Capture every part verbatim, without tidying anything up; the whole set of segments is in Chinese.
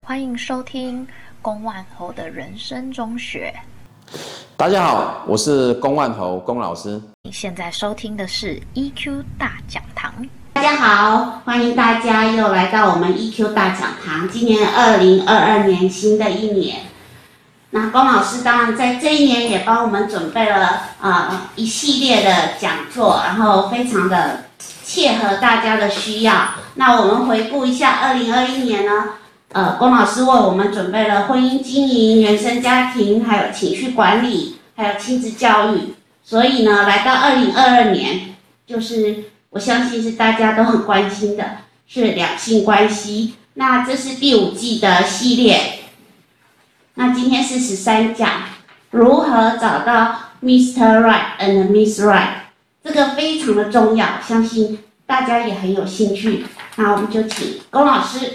欢迎收听龚万侯的人生中学。 大家好，我是龚万侯龚老师。 你现在收听的是 E Q 大讲堂。 大家好，欢迎大家又来到我们 E Q 大讲堂。今年二零二二年新的一年，那龚老师当然在这一年也帮我们准备了啊、呃、一系列的讲座，然后非常的切合大家的需要。那我们回顾一下二零二一年呢，呃，龚老师为我们准备了婚姻经营、原生家庭，还有情绪管理，还有亲子教育。所以呢，来到二零二二年，就是我相信是大家都很关心的，是两性关系。那这是第五季的系列。那今天是十三讲，如何找到 Mister Right and Miss Right， 这个非常的重要，相信大家也很有兴趣。那我们就请龚老师。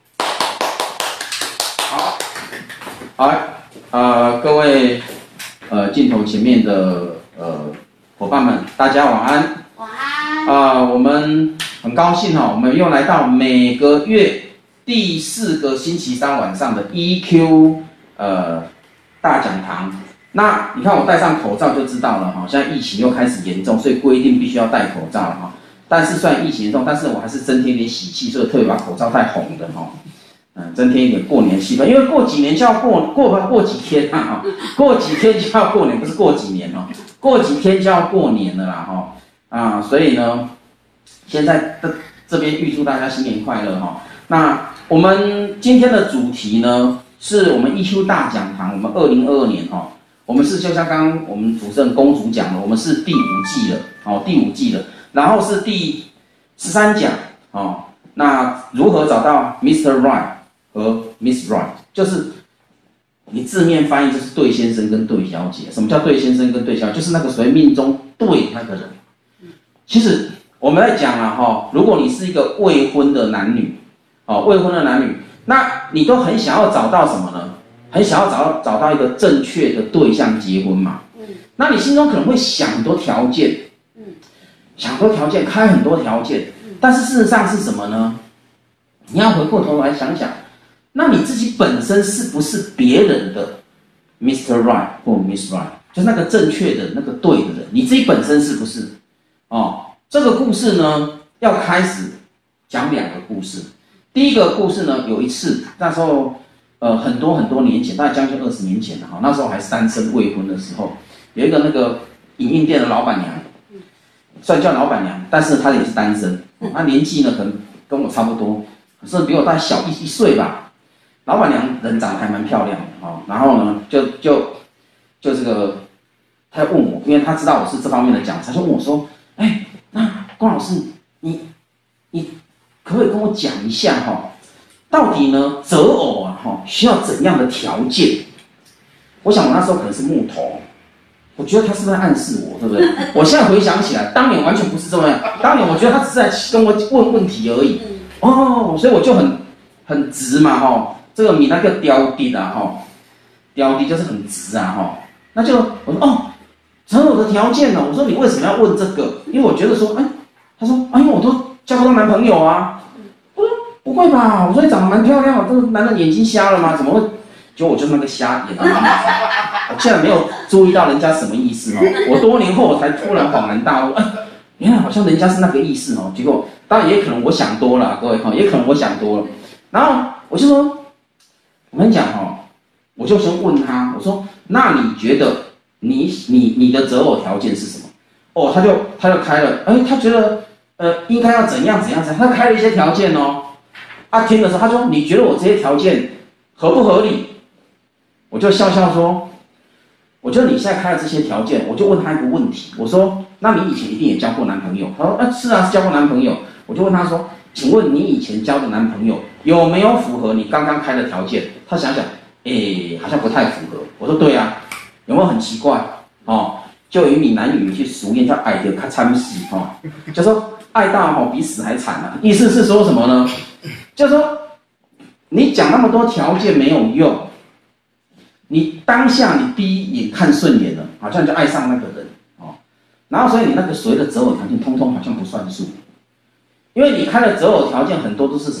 好，好，呃，各位呃镜头前面的呃伙伴们，大家晚安。 晚安。 啊、呃，我们很高兴哈、哦，我们又来到每个月第四个星期三晚上的 E Q 呃大讲堂。那你看我戴上口罩就知道了哈，现在疫情又开始严重，所以规定必须要戴口罩了哈。但是虽然疫情严重，但是我还是增添一点喜气，所以特别把口罩戴红的哈。嗯，增添一点过年气氛，因为过几年就要过过过几天啊，过几天就要过年，不是过几年哦，过几天就要过年了啦哈啊，所以呢，现在这这边预祝大家新年快乐哈。那我们今天的主题呢，是我们 E Q 大讲堂，我们二零二二年哈，我们是就像刚刚我们主持人公主讲的，我们是第五季了哦，第五季了，然后是第十三讲哦，那如何找到 Mister Right和 Miss Right， 就是你字面翻译就是对先生跟对小姐。什么叫对先生跟对小姐？就是那个所谓命中对那个人。其实我们在讲啊哈，如果你是一个未婚的男女，哦，未婚的男女，那你都很想要找到什么呢？很想要找到找到一个正确的对象结婚嘛。那你心中可能会想很多条件，想很多条件，开很多条件，但是事实上是什么呢？你要回过头来想想。那你自己本身是不是别人的 Mister Right 或 Miss Right， 就是那个正确的那个对的人？你自己本身是不是？哦，这个故事呢，要开始讲两个故事。第一个故事呢，有一次那时候，呃，很多很多年前，大概将近二十年前了哈，那时候还是单身未婚的时候，有一个那个影印店的老板娘，算叫老板娘，但是她也是单身，她年纪呢可能跟我差不多，可是比我大概小一一岁吧。老板娘人长得还蛮漂亮的哦，然后呢，就就就这个，他问我，因为他知道我是这方面的讲师，他就问我说：“哎，那龚老师，你你可不可以跟我讲一下哈、哦，到底呢择偶啊哈需要怎样的条件？”我想我那时候可能是木头，我觉得他是不是在暗示我，对不对？我现在回想起来，当年完全不是这样，当年我觉得他只是在跟我问问题而已。哦，所以我就很很直嘛哈。这个米那个雕的啊哈，雕的就是很直啊哈，那就我说哦，择偶的条件呢？我说你为什么要问这个？因为我觉得说，哎，他说，哎，因为我都交不到男朋友啊。我说不会吧？我说你长得蛮漂亮的，这个男的眼睛瞎了吗？怎么会？结果我就是那个瞎眼啊！我竟然没有注意到人家什么意思哦。我多年后我才突然恍然大悟，哎，原来好像人家是那个意思哦。结果当然也可能我想多了，各位哈，也可能我想多了。然后我就说。我跟你讲哦，我就先问他，我说：“那你觉得你你你的择偶条件是什么？”哦，他就他就开了，哎，他觉得呃应该要怎样怎样怎样，他开了一些条件哦。啊，听的时候他说：“你觉得我这些条件合不合理？”我就笑笑说：“我觉得你现在开了这些条件，我就问他一个问题，我说：那你以前一定也交过男朋友？”他说：“啊，是啊，是交过男朋友。”我就问他说。请问你以前交的男朋友有没有符合你刚刚开的条件？他想想，诶，好像不太符合。我说对啊，有没有很奇怪？哦，就有闽南语去俗谚叫“爱得卡惨死”哦，就说爱到哈比死还惨啊。意思是说什么呢？就说你讲那么多条件没有用，你当下你第一眼看顺眼了，好像就爱上那个人哦，然后所以你那个所谓的择偶条件，通通好像不算数。因为你开的择偶条件很多都是什么？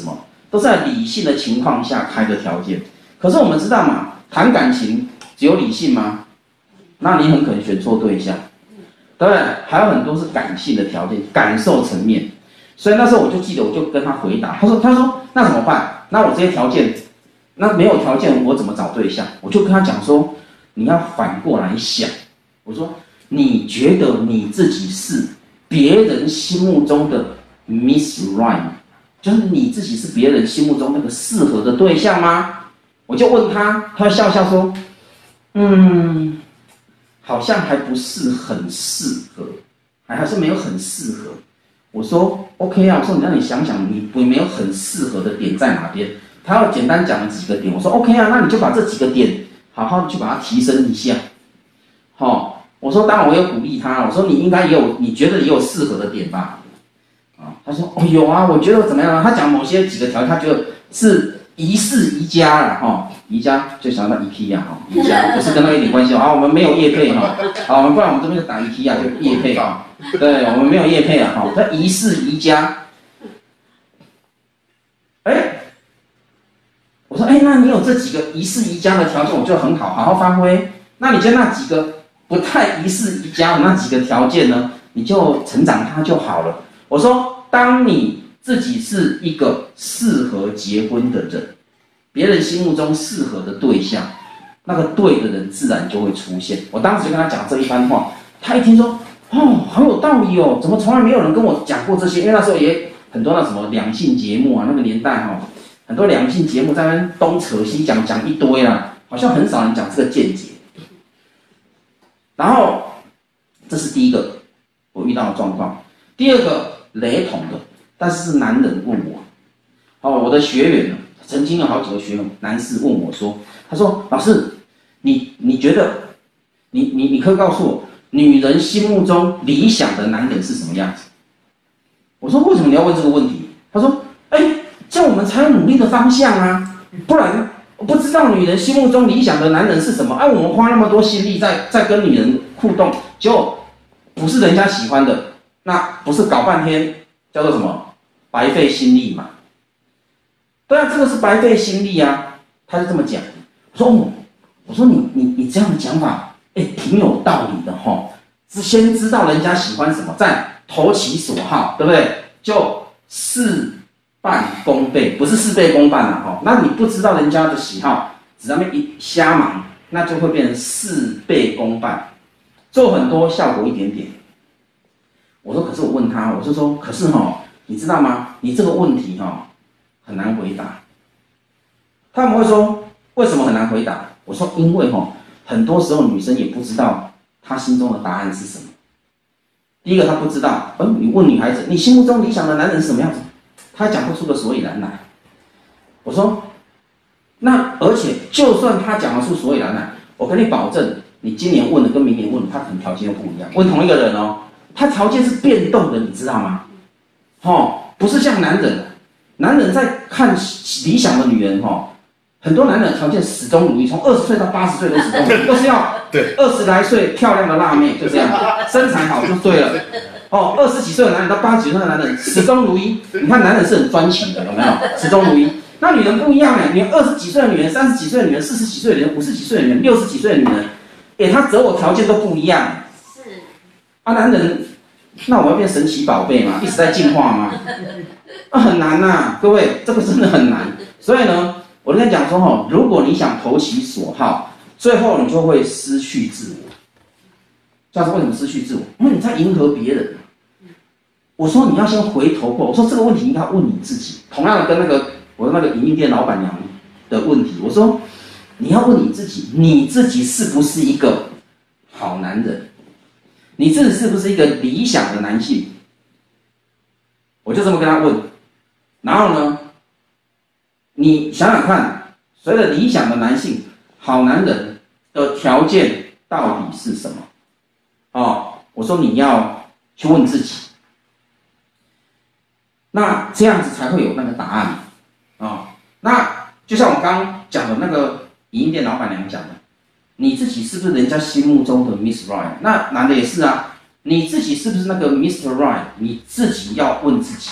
都是在理性的情况下开的条件。可是我们知道嘛，谈感情只有理性吗？那你很可能选错对象，对不对？还有很多是感性的条件，感受层面。所以那时候我就记得，我就跟他回答，他说：“他说那怎么办？那我这些条件，那没有条件我怎么找对象？”我就跟他讲说：“你要反过来想。”我说：“你觉得你自己是别人心目中的 Miss Right 吗？就是你自己是别人心目中那个适合的对象吗？”我就问他，他笑笑说：“嗯，好像还不是很适合，还还是没有很适合。”我说 OK 啊，我说你让你想想，你没有很适合的点在哪边？他要简单讲了几个点，我说 OK 啊，那你就把这几个点好好的去把它提升一下。好、哦，我说当然我有鼓励他，我说你应该也有，你觉得也有适合的点吧？啊，他说哦有啊，我觉得怎么样啊？他讲某些几个条件，他觉得是宜室宜家啦，哈、哦，宜家就想到 IKEA 哈，宜家不是跟他有点关系啊，我们没有业配哈，啊，不然我们这边就打 IKEA 就业配啊。对，我们没有业配啊，哈，叫宜室宜家。哎，我说，哎，那你有这几个宜室宜家的条件，我觉得很好，好好发挥。那你就那几个不太宜室宜家的那几个条件呢，你就成长它就好了。我说，当你自己是一个适合结婚的人，别人心目中适合的对象，那个对的人自然就会出现。我当时就跟他讲这一番话，他一听说。哦，好有道理哦！怎么从来没有人跟我讲过这些？因为那时候也很多那什么两性节目啊，那个年代哈、哦，很多两性节目在那边东扯西讲，讲一堆啦，好像很少人讲这个见解。然后，这是第一个我遇到的状况。第二个雷同的，但是是男人问我，哦，我的学员曾经有好几个学员男士问我说，他说老师，你你觉得，你你你可以告诉我。女人心目中理想的男人是什么样子？我说为什么你要问这个问题？他说：“哎，这样我们才有努力的方向啊，不然我不知道女人心目中理想的男人是什么。哎、啊，我们花那么多心力在在跟女人互动，结果不是人家喜欢的，那不是搞半天叫做什么白费心力嘛？对啊，这个是白费心力啊。”他就这么讲。我说：“哦，我说你你你这样的讲法。”哎，挺有道理的哈、哦。先知道人家喜欢什么，再投其所好，对不对？就事半功倍，不是事倍功半了哈、哦。那你不知道人家的喜好，只在那边一瞎忙，那就会变成事倍功半，做很多效果一点点。我说，可是我问他，我就说，可是哈、哦，你知道吗？你这个问题哈、哦、很难回答。他们会说，为什么很难回答？我说，因为哈、哦。很多时候女生也不知道她心中的答案是什么。第一个她不知道，嗯，你问女孩子，你心目中理想的男人是什么样子？她讲不出个所以然来。我说，那而且就算她讲得出所以然来，我跟你保证，你今年问的跟明年问的，她可能条件又不一样。问同一个人哦，他条件是变动的，你知道吗？哦，不是像男人，男人在看理想的女人哦。很多男人的条件始终如一，从二十岁到八十岁都始终如一，都是要二十来岁漂亮的辣妹，就这样，身材好就对了。哦，二十几岁的男人到八十几岁的男人始终如一，你看男人是很专情的，有没有？始终如一。那女人不一样哎，你二十几岁的女人、三十几岁的女人、四十几岁的女人、五十几岁的女人、六十几岁的女人，哎，她择偶条件都不一样。是。啊，男人，那我要变神奇宝贝吗？一直在进化吗？啊，很难呐、啊，各位，这个真的很难。所以呢。我跟你讲说哈，如果你想投其所好，最后你就会失去自我。教授为什么失去自我？因为你在迎合别人。我说你要先回头过，我说这个问题应该问你自己。同样的跟那个我的那个影印店老板娘的问题，我说你要问你自己，你自己是不是一个好男人？你自己是不是一个理想的男性？我就这么跟他问，然后呢？你想想看，所谓的理想的男性、好男人的条件到底是什么？哦，我说你要去问自己，那这样子才会有那个答案啊、哦。那就像我刚刚讲的那个影音店老板娘讲的，你自己是不是人家心目中的 Miss Right？ 那男的也是啊，你自己是不是那个 Mister Right？ 你自己要问自己。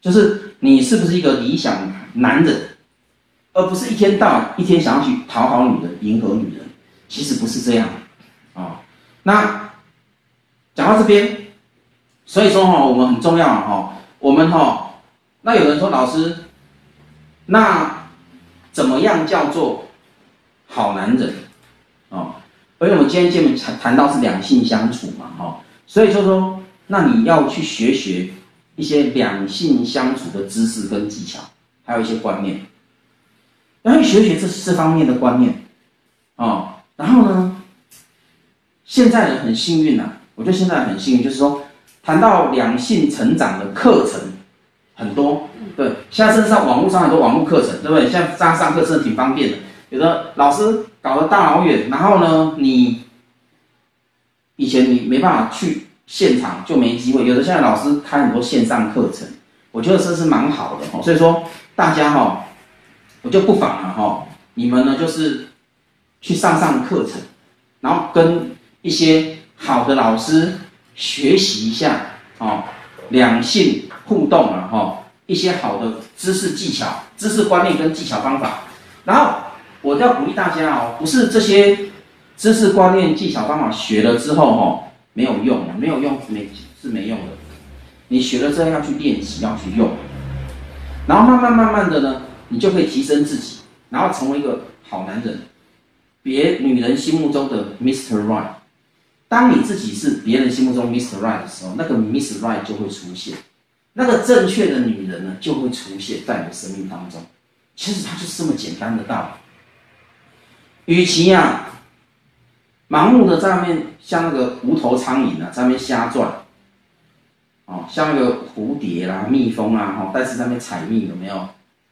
就是你是不是一个理想男人，而不是一天到晚一天想要去讨好女人、迎合女人，其实不是这样啊、哦。那讲到这边，所以说哈、哦，我们很重要哈、哦，我们哈、哦，那有人说老师，那怎么样叫做好男人？哦，因为我们今天节目谈谈到是两性相处嘛，哦，所以就说，那你要去学学一些两性相处的知识跟技巧，还有一些观念，要去学学这这方面的观念，哦，然后呢，现在人很幸运啊，我觉得现在人很幸运，就是说谈到两性成长的课程很多，对，现在甚至上网络上很多网络课程，对不对？现在上上课真的挺方便的，有的老师搞得大老远，然后呢，你以前你没办法去现场就没机会，有的现在老师开很多线上课程，我觉得这是蛮好的，所以说大家哈，我就不妨了哈，你们呢就是去上上课程，然后跟一些好的老师学习一下哦，两性互动啊哈，一些好的知识技巧、知识观念跟技巧方法，然后我要鼓励大家哦，不是这些知识观念、技巧方法学了之后哦没有用，没有用没是没用的，你学了之后要去练习，要去用，然后慢慢慢慢的呢，你就可以提升自己，然后成为一个好男人，别女人心目中的 Mister Right。当你自己是别人心目中 Mister Right 的时候，那个 Miss Right 就会出现，那个正确的女人呢就会出现在你的生命当中。其实它就是这么简单的道理。与其啊盲目的在那边像那个无头苍蝇啊，在那边瞎转，哦，像那个蝴蝶啦、蜜蜂啊，哦，但是在那边采蜜有没有？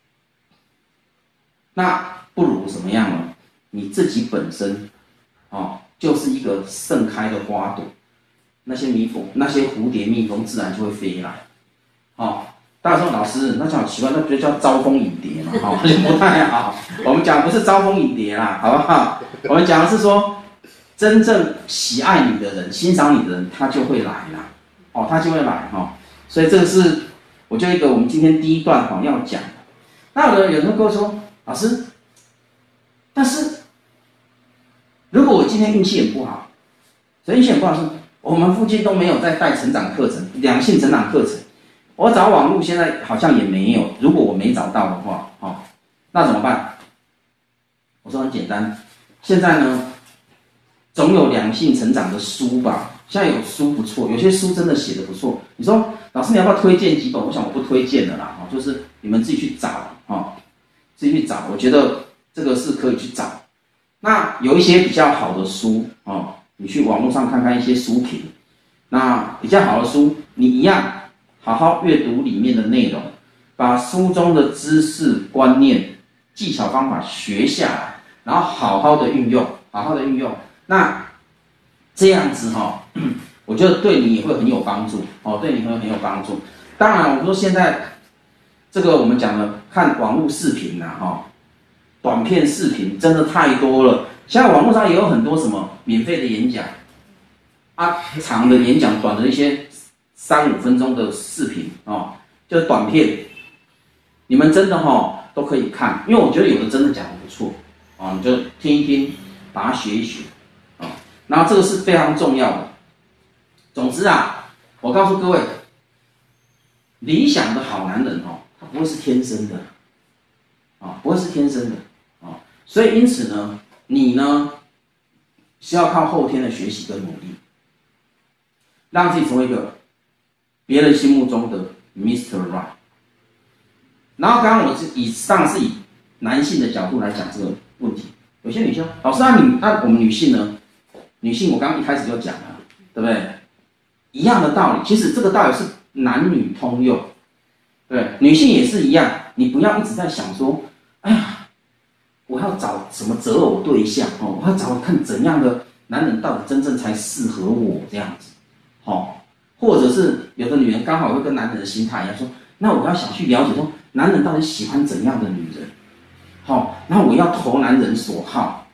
那不如怎么样呢？你自己本身，哦。就是一个盛开的花朵，那些蜜蜂、那些蝴蝶、蜜蜂自然就会飞来。哦，大家说老师，那叫好奇怪，那不就叫招蜂引蝶嘛？哦，就不太好。我们讲不是招蜂引蝶啦，好不好？我们讲的是说，真正喜爱你的人、欣赏你的人，他就会来啦。哦，他就会来哈、哦。所以这个是我就一个我们今天第一段哈、哦、要讲的。那有人有人跟我说，老师，但是。如果我今天运气很不好，所以运气很不好是，我们附近都没有在带成长课程、两性成长课程，我找网络现在好像也没有。如果我没找到的话，哦，那怎么办？我说很简单，现在呢，总有两性成长的书吧，现在有书不错，有些书真的写的不错。你说老师你要不要推荐几本？我想我不推荐了啦，哦，就是你们自己去找，哦，自己去找，我觉得这个是可以去找。那有一些比较好的书哦，你去网络上看看一些书评。那比较好的书，你一样好好阅读里面的内容，把书中的知识、观念、技巧、方法学下来，然后好好的运用，好好的运用。那这样子哈、哦，我觉得对你也会很有帮助哦，对你会很有帮助。当然，我们说现在这个我们讲的看网络视频呐、啊，哈、哦。短片视频真的太多了，现在网络上也有很多什么免费的演讲，啊，长的演讲，短的一些三五分钟的视频哦，就是短片，你们真的哈、哦、都可以看，因为我觉得有的真的讲得不错，哦，你就听一听，把它学一学，哦，然后这个是非常重要的。总之啊，我告诉各位，理想的好男人哦，他不会是天生的，啊，不会是天生的。所以，因此呢，你呢是要靠后天的学习跟努力，让自己成为一个别人心目中的 Mister Right。然后，刚刚我是以上是以男性的角度来讲这个问题。有些女生，老师啊，你那我们女性呢？女性我刚刚一开始就讲了，对不对？一样的道理，其实这个道理是男女通用，对，女性也是一样。你不要一直在想说，哎呀。我要找什么择偶对象哦？我要找看怎样的男人到底真正才适合我这样子，哦，或者是有的女人刚好会跟男人的心态一样，说，那我要想去了解说男人到底喜欢怎样的女人，好、哦，然后我要投男人所好，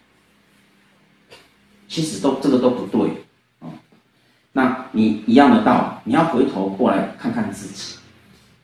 其实都这个都不对哦。那你一样的道理，你要回头过来看看自己，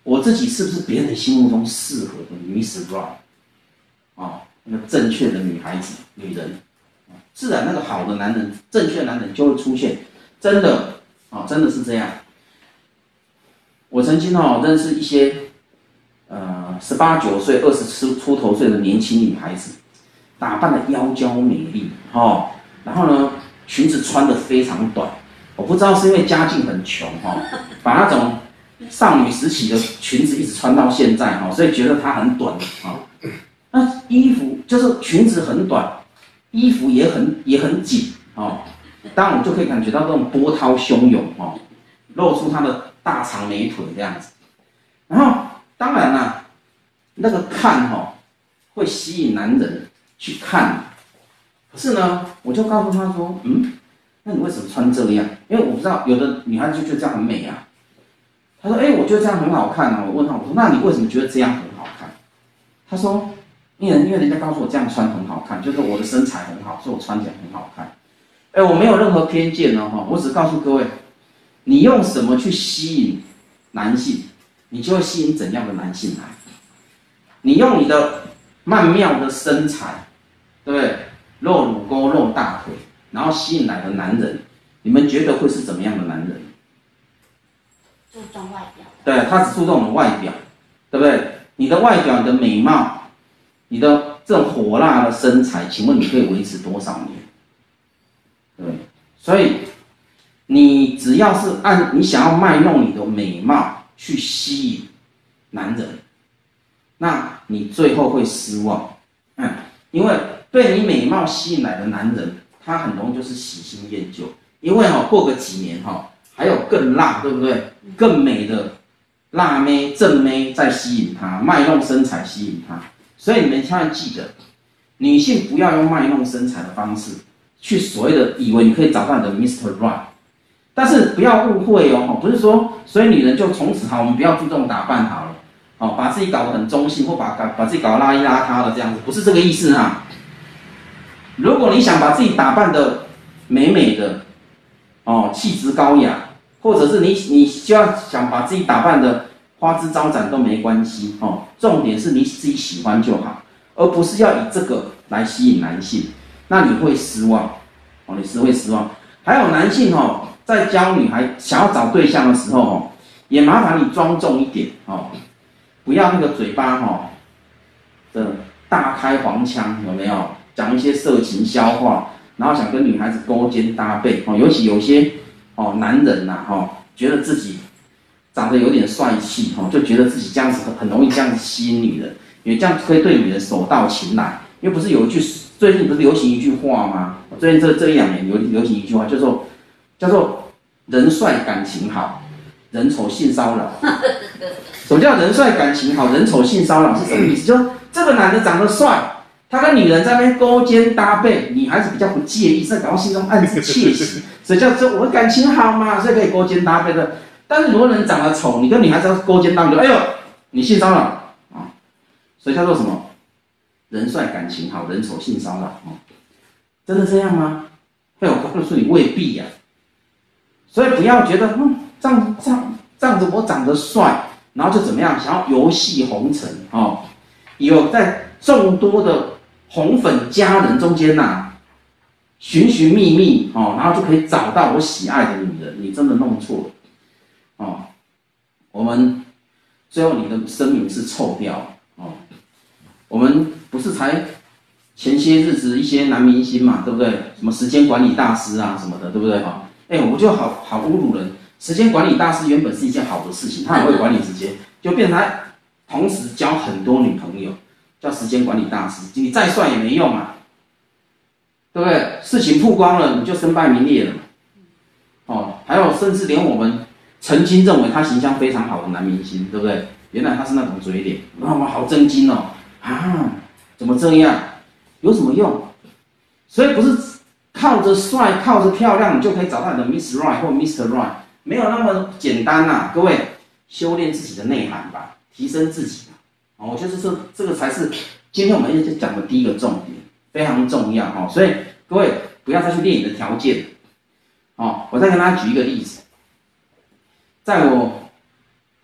我自己是不是别人心目中适合的 Miss Right 哦，那个正确的女孩子、女人，自然那个好的男人、正确的男人就会出现，真的哦，真的是这样。我曾经哦认识一些呃十八九岁、二十出出头岁的年轻女孩子，打扮的妖娇美丽哦，然后呢裙子穿的非常短，我不知道是因为家境很穷哈、哦，把那种少女时期的裙子一直穿到现在哈、哦，所以觉得她很短啊、哦。那衣服就是裙子很短，衣服也很也很紧哦，当然我就可以感觉到这种波涛汹涌哦，露出她的大长美腿这样子。然后当然啦、啊，那个看哈、哦、会吸引男人去看，可是呢，我就告诉他说，嗯，那你为什么穿这样？因为我不知道有的女孩子就觉得这样很美啊。他说，哎、欸，我觉得这样很好看啊。我问他，我说，那你为什么觉得这样很好看？他说，因为因为人家告诉我这样穿很好看，就是我的身材很好，所以我穿起来很好看。哎、欸，我没有任何偏见哦，哈，我只告诉各位，你用什么去吸引男性，你就会吸引怎样的男性来。你用你的曼妙的身材，对不对？露乳沟、露大腿，然后吸引来的男人，你们觉得会是怎么样的男人？ 注重外表。 对，他只注重你的外表，对不对？你的外表、你的美貌、你的这种火辣的身材，请问你可以维持多少年？对，所以你只要是按你想要卖弄你的美貌去吸引男人，那你最后会失望。嗯，因为被你美貌吸引来的男人，他很容易就是喜新厌旧，因为哦，过个几年哈、哦，还有更辣，对不对？更美的辣妹、正妹在吸引他，卖弄身材吸引他。所以你们千万记得，女性不要用卖弄身材的方式去所谓的以为你可以找到你的 Mister Right， 但是不要误会哦，不是说所以女人就从此好，我们不要注重打扮好了，哦，把自己搞得很中性，或把把自己搞得邋里邋遢的这样子，不是这个意思哈。如果你想把自己打扮得美美的，哦，气质高雅，或者是你你就要想把自己打扮得花枝招展都没关系哦，重点是你自己喜欢就好，而不是要以这个来吸引男性，那你会失望哦，你是会失望。还有男性哦，在教女孩想要找对象的时候哦，也麻烦你庄重一点哦，不要那个嘴巴哦的大开黄腔，有没有？讲一些色情笑话，然后想跟女孩子勾肩搭背哦，尤其有些哦男人呐、啊、哦，觉得自己长得有点帅气哦，就觉得自己这样子很容易这样子吸引女人，因为这样可以对女人手到擒来。因为不是有一句最近不是流行一句话吗？最近这这一两年流流行一句话，叫做叫做人帅感情好，人丑性骚扰。什么叫人帅感情好，人丑性骚扰是什么意思？就这个男的长得帅。他跟女人在那边勾肩搭背，女孩子比较不介意，甚至搞到心中暗自窃喜，所以叫做我感情好嘛，所以可以勾肩搭背的。但是如果人长得丑，你跟女孩子勾肩搭背，哎呦，你性骚扰啊！所以叫做什么？人帅感情好，人丑性骚扰啊！真的这样吗？会我告诉你，未必呀、啊。所以不要觉得，嗯，这样这样这样子我长得帅，然后就怎么样，想要游戏红尘哦，有在众多的红粉佳人中间呐、啊，寻寻觅觅哦，然后就可以找到我喜爱的女人，你真的弄错了哦。我们最后你的生命是臭掉哦。我们不是才前些日子一些男明星嘛，对不对？什么时间管理大师啊什么的，对不对哈？哎，我就好好侮辱人。时间管理大师原本是一件好的事情，他很会管理时间，就变成他同时交很多女朋友，叫时间管理大师。你再帅也没用啊，对不对？事情曝光了，你就身败名裂了嘛。哦，还有甚至连我们曾经认为他形象非常好的男明星，对不对？原来他是那种嘴脸，那我好震惊哦！啊，怎么这样？有什么用？所以不是靠着帅、靠着漂亮，你就可以找到你的 Miss Right 或 Mister Right， 没有那么简单呐、啊！各位，修炼自己的内涵吧，提升自己吧。哦，我觉得这这个才是今天我们一直讲的第一个重点，非常重要哈、哦。所以各位不要再去练你的条件。哦，我再跟大家举一个例子，在我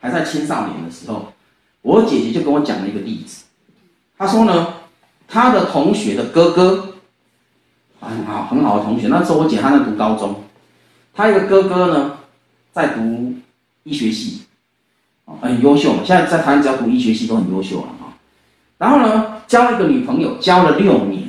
还在青少年的时候，我姐姐就跟我讲了一个例子。她说呢，她的同学的哥哥，很好很好的同学，那时候我姐她在读高中，她一个哥哥呢在读医学系，很优秀嘛，现在在台湾只要读医学系都很优秀了啊。然后呢，交了一个女朋友，交了六年，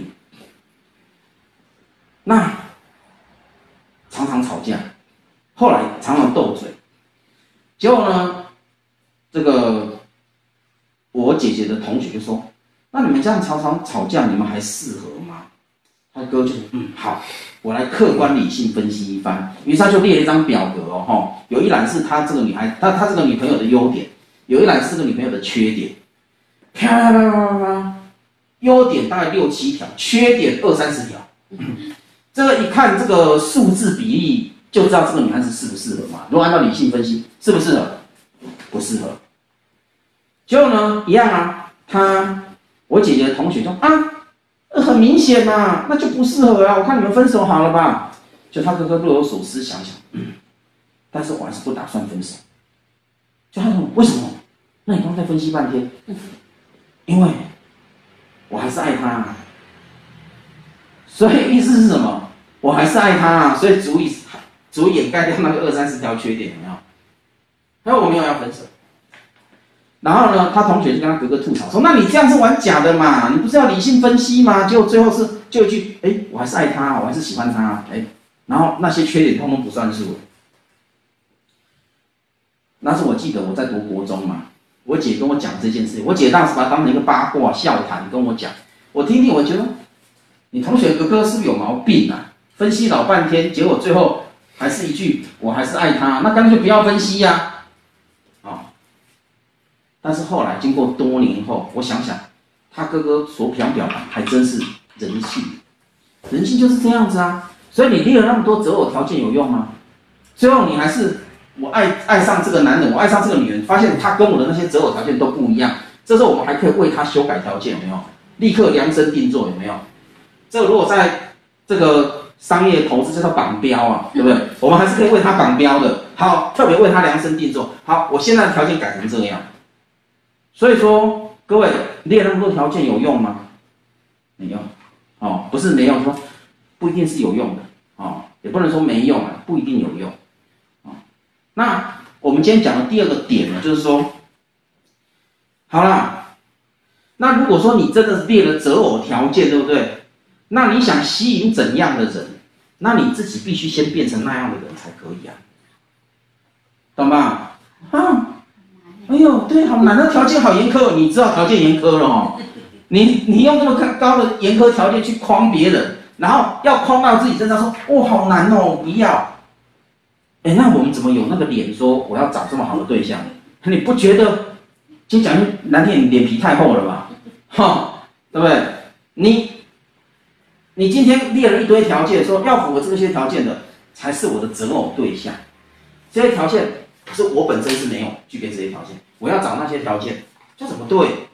那常常吵架，后来常常斗嘴，结果呢，这个我姐姐的同学就说：“那你们这样常常吵架，你们还适合吗？”他哥就说：“嗯，好，我来客观理性分析一番。”于是他就列了一张表格哦，吼，有一栏是他这个女孩，他他这个女朋友的优点，有一栏是这个女朋友的缺点，啪啪啪啪啪，优点大概六七条，缺点二三十条。这个一看这个数字比例，就知道这个女孩子适不适合嘛。如果按照理性分析，适不适合？不适合。结果呢，一样啊，他我姐姐的同学说啊，很明显嘛，那就不适合啊，我看你们分手好了吧。就他哥哥若有所思想想，嗯，但是我还是不打算分手。就他说为什么？那你刚才分析半天，因为我还是爱他啊。所以意思是什么？我还是爱他啊，所以足以足以掩盖掉那个二三十条缺点，有没有？他说我没有要分手。然后呢，他同学就跟他哥哥吐槽说：“那你这样是玩假的嘛？你不是要理性分析吗？”结果最后是就一句：“哎，我还是爱他，我还是喜欢他。”哎，然后那些缺点通通不算数。那是我记得我在读国中嘛，我姐跟我讲这件事情，我姐当时把它当成一个八卦笑谈跟我讲，我听听，我觉得你同学哥哥是不是有毛病啊？分析老半天，结果最后还是一句“我还是爱他”，那干脆不要分析呀、啊。哦，但是后来经过多年后，我想想，他哥哥所想表达还真是人性，人性就是这样子啊。所以你列了那么多择偶条件有用吗？最后你还是我爱爱上这个男人，我爱上这个女人，发现他跟我的那些择偶条件都不一样。这时候我们还可以为他修改条件，有没有？立刻量身定做，有没有？这个如果在这个商业投资叫做绑标啊，对不对？我们还是可以为他绑标的。好，特别为他量身定做。好，我现在的条件改成这样。所以说，各位列那么多条件有用吗？没用。哦，不是没用，说不一定是有用的。哦，也不能说没用啊，不一定有用。哦，那我们今天讲的第二个点呢，就是说，好啦，那如果说你真的列了择偶条件，对不对？那你想吸引怎样的人？那你自己必须先变成那样的人才可以啊，懂吧？啊，哎呦，对，好难，那条件好严苛，你知道条件严苛了哦。你你用这么高的严苛条件去框别人，然后要框到自己身上说，哦，好难哦，不要。哎，那我们怎么有那个脸说我要找这么好的对象？你不觉得？先讲难听，你脸皮太厚了吧？哈，对不对？你。你今天列了一堆条件，说要符合这些条件的才是我的择偶对象。这些条件是我本身是没有具备这些条件，我要找那些条件，这怎么对？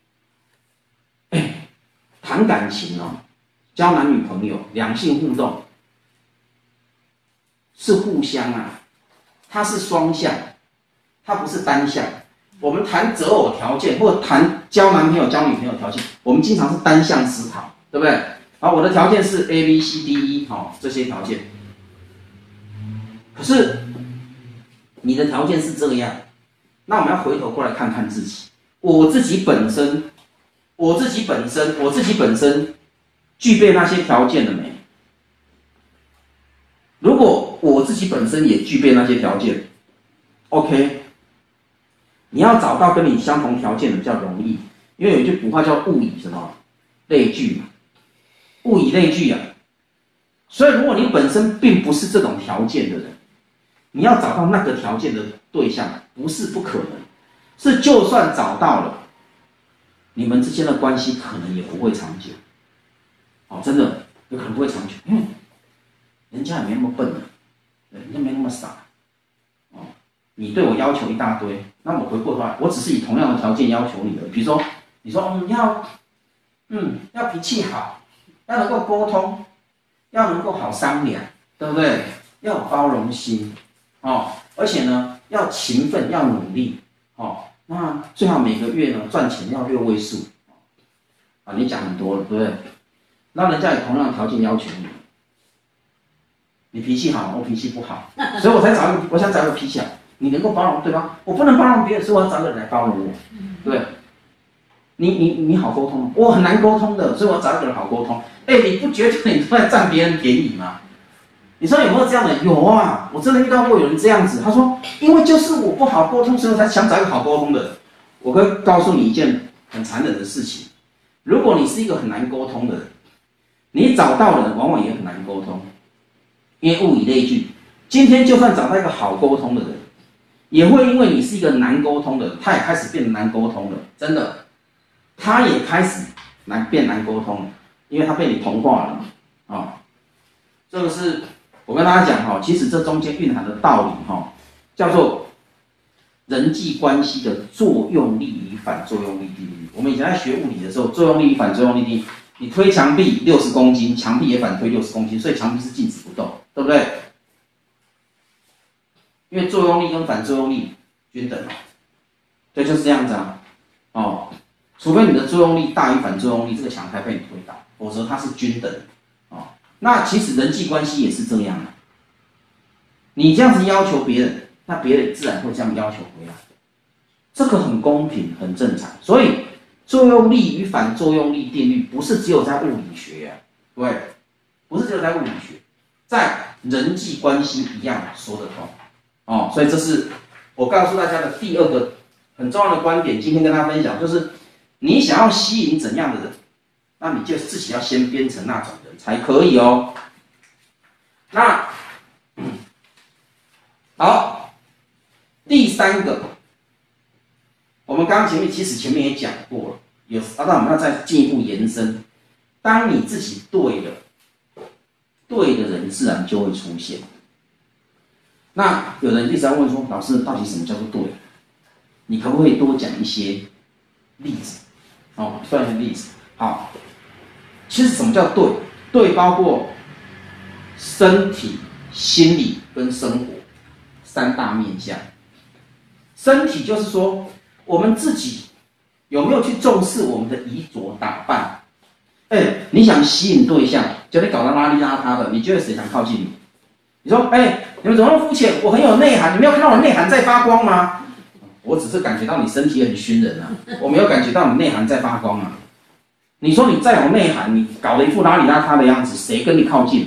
哎，谈感情哦，交男女朋友，两性互动是互相啊，它是双向，它不是单向。我们谈择偶条件或谈交男朋友、交女朋友条件，我们经常是单向思考，对不对？好，我的条件是 A、B、C、D、E， 好，这些条件。可是你的条件是这样，那我们要回头过来看看自己，我自己本身，我自己本身，我自己本身具备那些条件了没？如果我自己本身也具备那些条件 ，OK， 你要找到跟你相同条件的比较容易，因为有一句古话叫物以什么类聚嘛。物以类聚啊，所以如果你本身并不是这种条件的人，你要找到那个条件的对象不是不可能，是就算找到了，你们之间的关系可能也不会长久。哦，真的有可能不会长久，因为人家也没那么笨啊，人家没那么傻。哦，你对我要求一大堆，那我回过头来，我只是以同样的条件要求你的，比如说，你说嗯要，嗯要脾气好。要能够沟通，要能够好商量，对不对？要有包容心，哦，而且呢，要勤奋，要努力， 哦，那最好每个月呢赚钱要六位数，啊，你讲很多了，对不对？那人家有同样的条件要求你，你脾气好，我脾气不好，所以我才找一个，我想找一个脾气好，你能够包容对方，我不能包容别人，所以我要找个人来包容我，对不对？你你你好沟通，我很难沟通的，所以我要找一个人好沟通。哎，你不觉得你都在占别人便宜吗？你说有没有这样的？有啊，我真的遇到过有人这样子。他说，因为就是我不好沟通，所以我才想找一个好沟通的。我会告诉你一件很残忍的事情：如果你是一个很难沟通的人，你找到人往往也很难沟通，因为物以类聚。今天就算找到一个好沟通的人，也会因为你是一个难沟通的人，他也开始变得难沟通了。真的，他也开始难变难沟通了，因为他被你同化了啊、哦。这个是。我跟大家讲哈，其实这中间蕴含的道理哈，叫做人际关系的作用力与反作用力定律。我们以前在学物理的时候，作用力与反作用力定律，你推墙壁六十公斤，墙壁也反推六十公斤，所以墙壁是静止不动，对不对？因为作用力跟反作用力均等，对，就是这样子啊。哦，除非你的作用力大于反作用力，这个墙才被你推倒，否则它是均等的。那其实人际关系也是这样的，你这样子要求别人，那别人自然会这样要求回来，这个很公平，很正常。所以作用力与反作用力定律不是只有在物理学啊，对，不是只有在物理学，在人际关系一样说得通哦。所以这是我告诉大家的第二个很重要的观点，今天跟大家分享，就是你想要吸引怎样的人，那你就自己要先变成那种人才可以哦。那好，第三个，我们刚刚前面其实前面也讲过了，有啊，那我们要再进一步延伸。当你自己对了，对的人自然就会出现。那有人一直在问说，老师到底什么叫做对？你可不可以多讲一些例子？哦，算一些例子。好。其实什么叫对？对包括身体、心理跟生活三大面向。身体就是说，我们自己有没有去重视我们的衣着打扮？哎，你想吸引对象，叫你搞得邋里邋遢的，你觉得谁想靠近你？你说，哎，你们怎么那么肤浅？我很有内涵，你没有看到我内涵在发光吗？我只是感觉到你身体很熏人啊，我没有感觉到你内涵在发光啊。你说你再有内涵，你搞得一副邋里邋遢的样子，谁跟你靠近？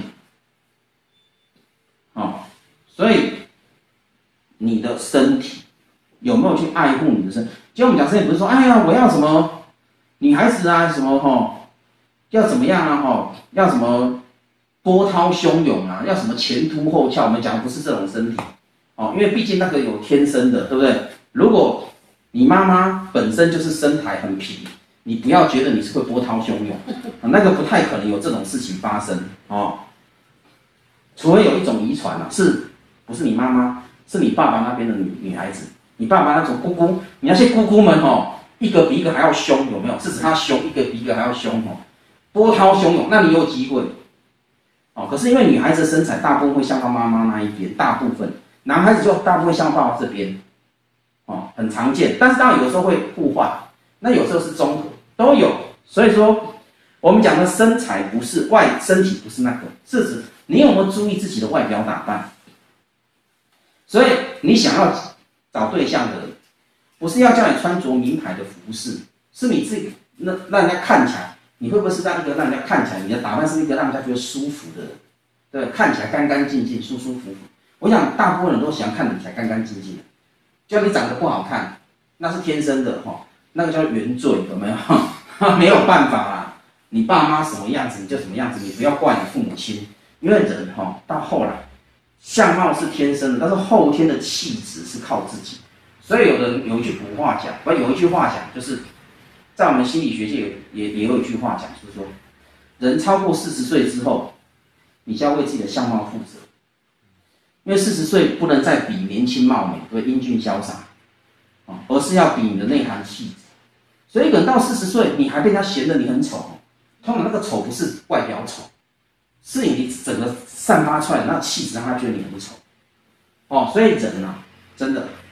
哦，所以你的身体有没有去爱护你的身体？就我们讲身体，不是说，哎呀，我要什么女孩子啊，什么哈、哦，要怎么样啊，哈、哦，要什么波涛汹涌啊，要什么前凸后翘？我们讲的不是这种身体，哦，因为毕竟那个有天生的，对不对？如果你妈妈本身就是身材很平。你不要觉得你是会波涛汹涌，那个不太可能有这种事情发生哦。除非有一种遗传啊，是不是你妈妈，是你爸爸那边的女女孩子，你爸爸那种姑姑，你那些姑姑们哦，一个比一个还要凶，有没有？是指她凶，一个比一个还要凶哦，波涛汹涌，那你有机会哦。可是因为女孩子的身材大部分会向到妈妈那一边，大部分男孩子就大部分向爸爸这边，哦，很常见。但是当然有时候会互换，那有时候是综合。都有，所以说我们讲的身材不是外身体不是那个，是指你有没有注意自己的外表打扮。所以你想要找对象的人，不是要叫你穿着名牌的服饰，是你自己那让人家看起来，你会不会是让一个让人家看起来你的打扮是一个让人家觉得舒服的人，对，看起来干干净净、舒舒服服。我想大部分人都喜欢看起来干干净净的，就你长得不好看，那是天生的哈。那个叫原罪，有没有？没有办法啦，你爸妈什么样子你就什么样子，你不要怪你父母亲，因为人哈到后来，相貌是天生的，但是后天的气质是靠自己。所以有人有一句古话讲，不有一句话讲，就是在我们心理学界有也也有一句话讲，就是说，人超过四十岁之后，你就要为自己的相貌负责，因为四十岁不能再比年轻貌美，对，英俊潇洒，而是要比你的内涵气质。所以等到四十岁，你还被他嫌得你很丑，通常那个丑不是外表丑，是你整个散发出来的那气质让他觉得你很丑。哦，所以人啊，真的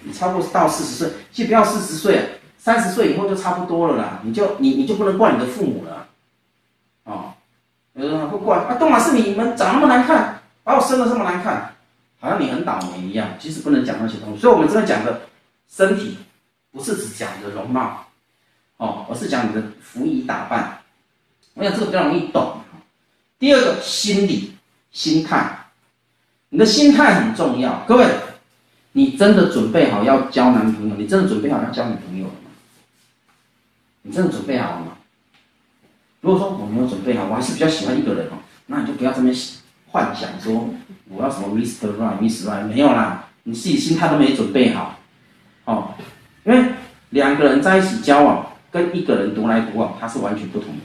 你超过到四十岁，其实不要四十岁啊，三十岁以后就差不多了啦，你就你你就不能怪你的父母了啊，哦，有人会怪啊，东老师你们长那么难看，把我生得这么难看，好像你很倒霉一样，其实不能讲那些东西，所以我们这边讲的身体，不是只讲你的容貌，哦，而是讲你的服仪打扮，我想这个比较容易懂。第二个，心理心态，你的心态很重要，各位。你真的准备好要交男朋友？你真的准备好要交女朋友了吗？你真的准备好了吗？如果说我没有准备好，我还是比较喜欢一个人哦，那你就不要这边幻想说我要什么 Mister Right、Miss Right， 没有啦，你自己心态都没准备好，哦，因为两个人在一起交往跟一个人独来独往，它是完全不同的。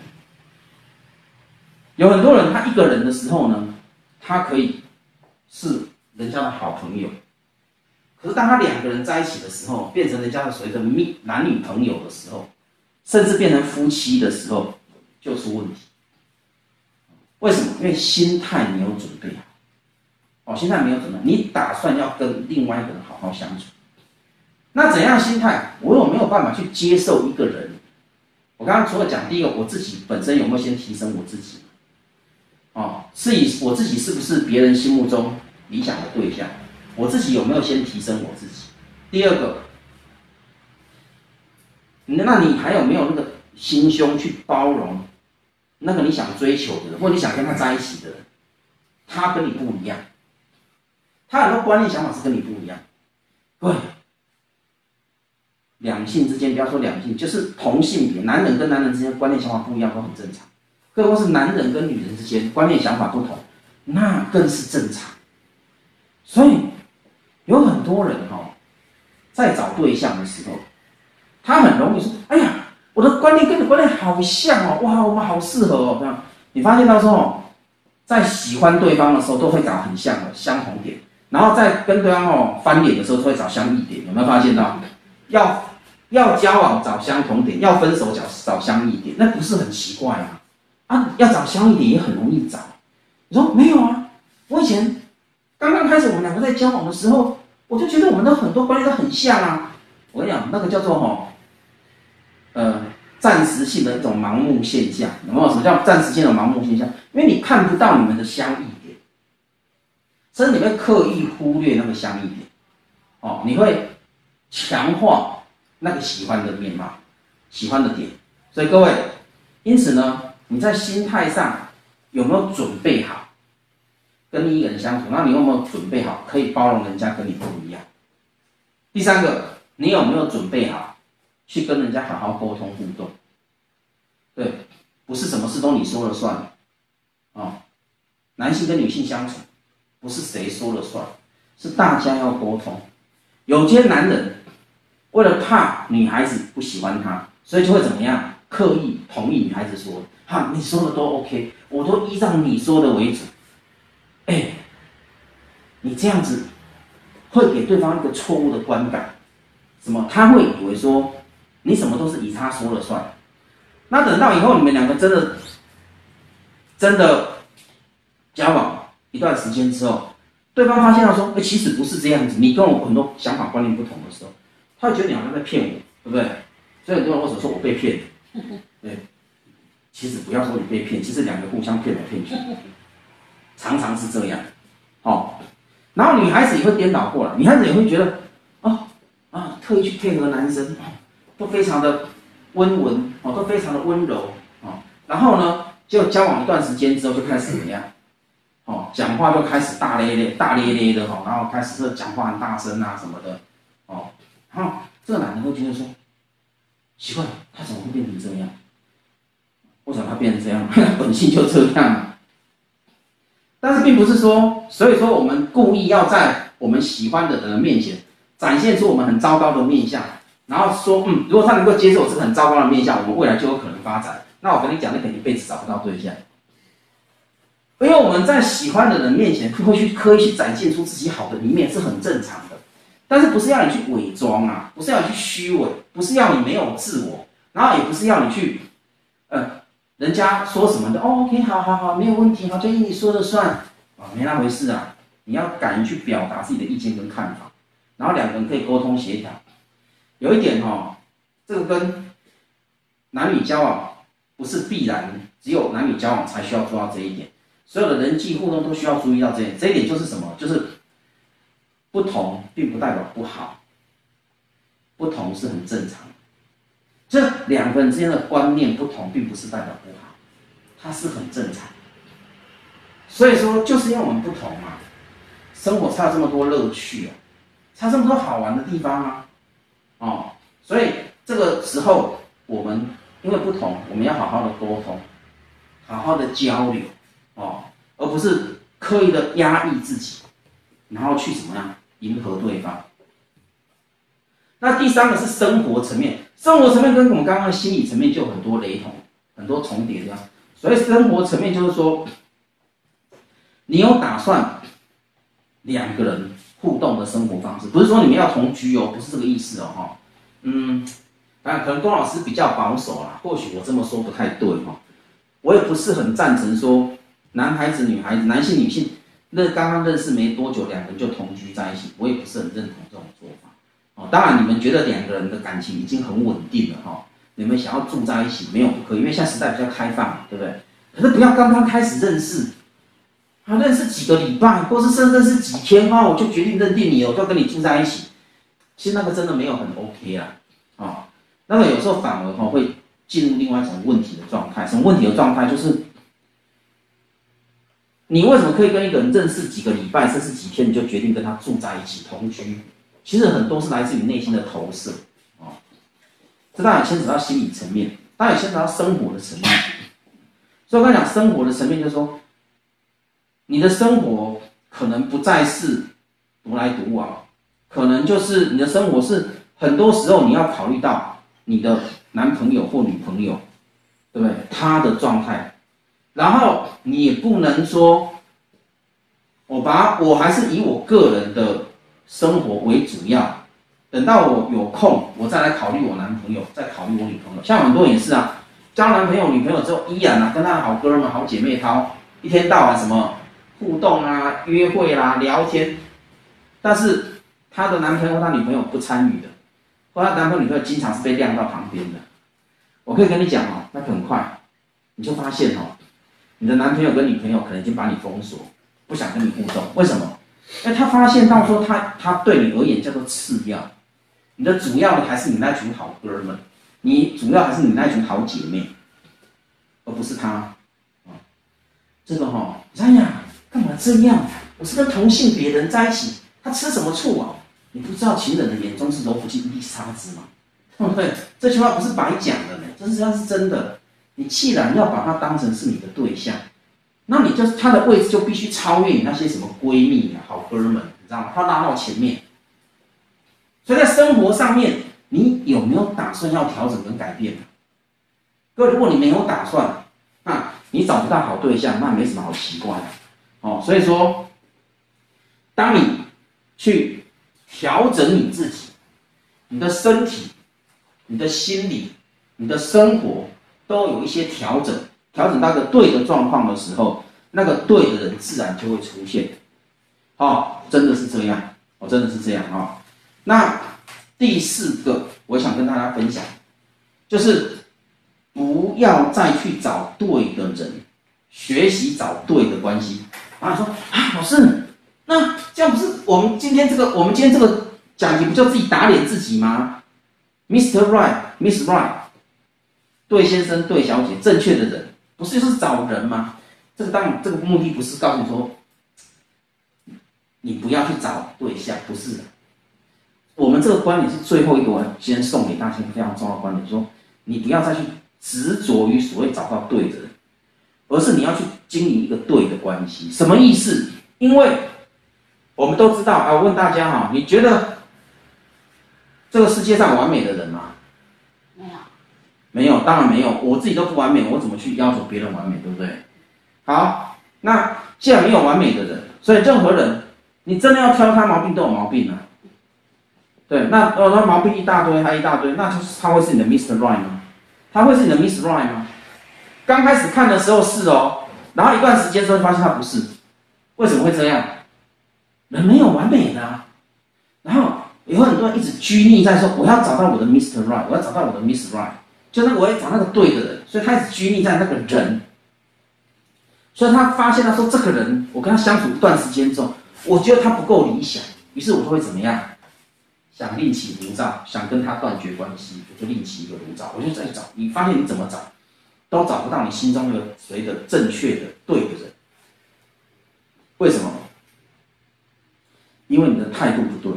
有很多人他一个人的时候呢，他可以是人家的好朋友。可是当他两个人在一起的时候，变成人家的所谓的男女朋友的时候，甚至变成夫妻的时候，就出问题。为什么？因为心态没有准备好。哦，心态没有准备，你打算要跟另外一个人好好相处。那怎样的心态？我有没有办法去接受一个人？我刚刚除了讲第一个，我自己本身有没有先提升我自己？哦，是以我自己是不是别人心目中理想的对象？我自己有没有先提升我自己？第二个，那你还有没有那个心胸去包容那个你想追求的人，或你想跟他在一起的人？他跟你不一样，他很多观念想法是跟你不一样。对，两性之间，不要说两性，就是同性别，男人跟男人之间观念想法不一样都很正常。更何况是男人跟女人之间观念想法不同，那更是正常。所以有很多人哦，在找对象的时候，他很容易说：“哎呀，我的观念跟你观念好像哦，哇，我们好适合哦。”这样，你发现到说哦，在喜欢对方的时候都会找很像的相同点，然后在跟对方哦翻脸的时候都会找相异点，有没有发现到？要要交往找相同点，要分手找找相异点，那不是很奇怪吗？啊，要找相异点也很容易找。你说没有啊？我以前刚刚开始我们两个在交往的时候，我就觉得我们的很多观念都很像啊。我跟你讲，那个叫做吼，呃，暂时性的一种盲目现象。有没有什么叫暂时性的盲目现象？因为你看不到你们的相异点，所以你会刻意忽略那个相异点。哦，你会强化那个喜欢的面貌、喜欢的点。所以各位，因此呢，你在心态上有没有准备好跟一个人相处？那你有没有准备好可以包容人家跟你不一样？第三个，你有没有准备好去跟人家好好沟通互动？对，不是什么事都你说了算哦。男性跟女性相处，不是谁说了算，是大家要沟通。有些男人为了怕女孩子不喜欢他，所以就会怎么样？刻意同意女孩子说：“哈，你说的都 OK， 我都依照你说的为主。”哎，你这样子会给对方一个错误的观感，什么？他会以为说你什么都是以他说了算。那等到以后你们两个真的真的交往一段时间之后，对方发现到说，哎，其实不是这样子，你跟我很多想法观念不同的时候，他会觉得你好像在骗我，对不对？所以很多人或者说我被骗了，对，其实不要说你被骗，其实两个互相骗来骗去，常常是这样，哦。然后女孩子也会颠倒过来，女孩子也会觉得，哦啊，特意去配合男生，都非常的温文，哦，都非常的温柔，哦。然后呢，就交往一段时间之后，就开始怎么样？哦，讲话就开始大咧咧、大咧咧的哈，然后开始讲话很大声啊什么的，哦，然后这个男人会觉得说，奇怪，他怎么会变成这样？为什么他变成这样？本性就这样啊。但是并不是说，所以说我们故意要在我们喜欢的人面前展现出我们很糟糕的面相，然后说，嗯，如果他能够接受这个很糟糕的面相，我们未来就有可能发展。那我跟你讲，那肯定一辈子找不到对象。因为我们在喜欢的人面前会去刻意去展现出自己好的一面，是很正常的。但是不是要你去伪装啊，不是要你去虚伪，不是要你没有自我，然后也不是要你去，呃，人家说什么的，哦 ，OK， 好好好，没有问题，好，就依你说了算，啊，没那回事啊。你要敢于去表达自己的意见跟看法， 然后两个人可以沟通协调。有一点哦，这个跟男女交往不是必然，只有男女交往才需要做到这一点。所有的人际互动都需要注意到这一点。这一点就是什么？就是不同并不代表不好，不同是很正常的。这两个人之间的观念不同，并不是代表不好，它是很正常。所以说，就是因为我们不同嘛，生活才有这么多乐趣啊，才有这么多好玩的地方啊，哦，所以这个时候我们因为不同，我们要好好的沟通，好好的交流，哦，而不是刻意的压抑自己，然后去怎么样迎合对方。那第三个是生活层面，生活层面跟我们刚刚的心理层面就有很多雷同，很多重叠的。所以生活层面就是说，你有打算两个人互动的生活方式，不是说你们要同居哦，不是这个意思哦，哈，嗯，当然可能龚老师比较保守啦，或许我这么说不太对哈，我也不是很赞成说男孩子、女孩子、男性、女性，那刚刚认识没多久，两个人就同居在一起，我也不是很认同这种做法。哦，当然，你们觉得两个人的感情已经很稳定了哈、哦，你们想要住在一起没有不可以，因为现在时代比较开放，对不对？可是不要刚刚开始认识，啊，认识几个礼拜，或是甚至是几天啊，我就决定认定你了，我就要跟你住在一起。其实那个真的没有很 OK 啦，啊、哦，那个有时候反而哈、哦、会进入另外一种问题的状态。什么问题的状态？就是你为什么可以跟一个人认识几个礼拜，甚至几天，你就决定跟他住在一起同居？其实很多是来自于内心的投射，哦，这当然牵扯到心理层面，当然也牵扯到生活的层面。所以我跟你讲，生活的层面就是说，你的生活可能不再是独来独往，可能就是你的生活是很多时候你要考虑到你的男朋友或女朋友，对不对？他的状态，然后你也不能说，我把我还是以我个人的生活为主要，等到我有空，我再来考虑我男朋友，再考虑我女朋友。像很多人也是啊，交男朋友、女朋友之后，依然啊跟他的好哥们、好姐妹淘，一天到晚什么互动啊、约会啦、啊、聊天，但是他的男朋友、他女朋友不参与的，或他男朋友、女朋友经常是被晾到旁边的。我可以跟你讲哦，那很快你就发现哦，你的男朋友跟女朋友可能已经把你封锁，不想跟你互动。为什么？因为他发现到说他他对你而言叫做次要，你的主要的还是你那群好哥们，你主要还是你那群好姐妹，而不是他。啊，这个哈、哦，哎呀，干嘛这样？我是跟同性别人在一起，他吃什么醋啊？你不知道情人的眼中是揉不进一粒沙子吗？对不对？这句话不是白讲的呢，这实际上是真的。你既然要把他当成是你的对象，那你就是他的位置就必须超越你那些什么闺蜜啊、好哥们，你知道吗？他拉到前面。所以在生活上面，你有没有打算要调整跟改变？各位，如果你没有打算，那你找不到好对象，那没什么好奇怪的哦。所以说，当你去调整你自己、你的身体、你的心理、你的生活都有一些调整。调整到一个对的状况的时候，那个对的人自然就会出现。哦，真的是这样，哦，真的是这样啊、哦。那第四个，我想跟大家分享，就是不要再去找对的人，学习找对的关系。然后你说啊，老师，那这样不是我们今天这个，我们今天这个讲题不就自己打脸自己吗 ？Mister Right，Miss Right， 对先生、对小姐，正确的人。不是就是找人吗？这个当然，这个目的不是告诉你说，你不要去找对象，不是的。我们这个观点是最后一个，我今天送给大家非常重要的观点，说你不要再去执着于所谓找到对的人，而是你要去经营一个对的关系。什么意思？因为我们都知道啊，我问大家哈，你觉得这个世界上有完美的人吗？ 没有。 没有，当然没有，我自己都不完美，我怎么去要求别人完美，对不对？好，那既然没有完美的人，所以任何人，你真的要挑他毛病都有毛病啊。对，那呃，那毛病一大堆，还一大堆，那就是他会是你的 Mister Right 吗？他会是你的 Miss Right 吗？刚开始看的时候是哦，然后一段时间之后发现他不是，为什么会这样？人没有完美的啊。然后有很多人一直拘泥在说我要找到我的 Mister Right， 我要找到我的 Miss Right， 就是我要找那个对的人，所以他一直拘泥在那个人。所以他发现他说这个人，我跟他相处一段时间之后，我觉得他不够理想，于是我就会怎么样？想另起炉灶，想跟他断绝关系，我就另起一个炉灶，我就在找。你发现你怎么找，都找不到你心中那个所谓的正确的对的人。为什么？因为你的态度不对。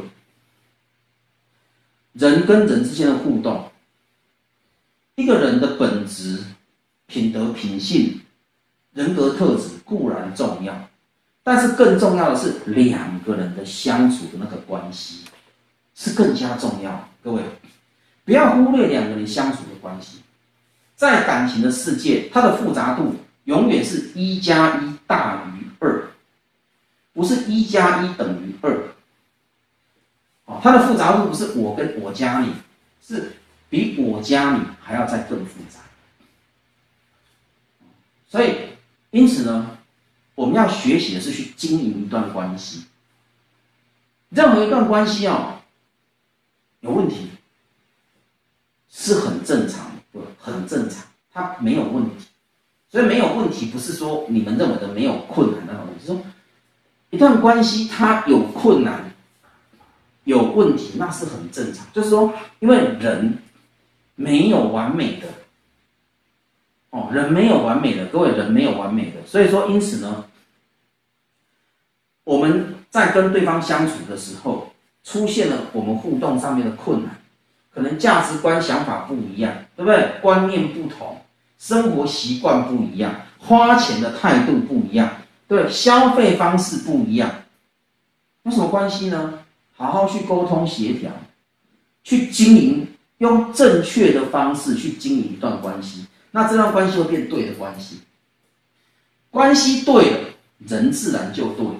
人跟人之间的互动，一个人的本质、品德、品性、人格特质固然重要，但是更重要的是两个人的相处的那个关系是更加重要。各位，不要忽略两个人相处的关系。在感情的世界，它的复杂度永远是一加一大于二，不是一加一等于二。它的复杂度不是我跟我加你，是比我加你还要再更复杂。所以，因此呢，我们要学习的是去经营一段关系。任何一段关系哦，有问题是很正常的，很正常，它没有问题。所以没有问题不是说你们认为的没有困难那种问题，是说一段关系它有困难。有问题那是很正常，就是说，因为人没有完美的，哦，人没有完美的，各位人没有完美的，所以说因此呢，我们在跟对方相处的时候，出现了我们互动上面的困难，可能价值观、想法不一样，对不对？观念不同，生活习惯不一样，花钱的态度不一样，对，消费方式不一样，有什么关系呢？好好去沟通协调，去经营，用正确的方式去经营一段关系，那这段关系会变对的关系。关系对了，人自然就对。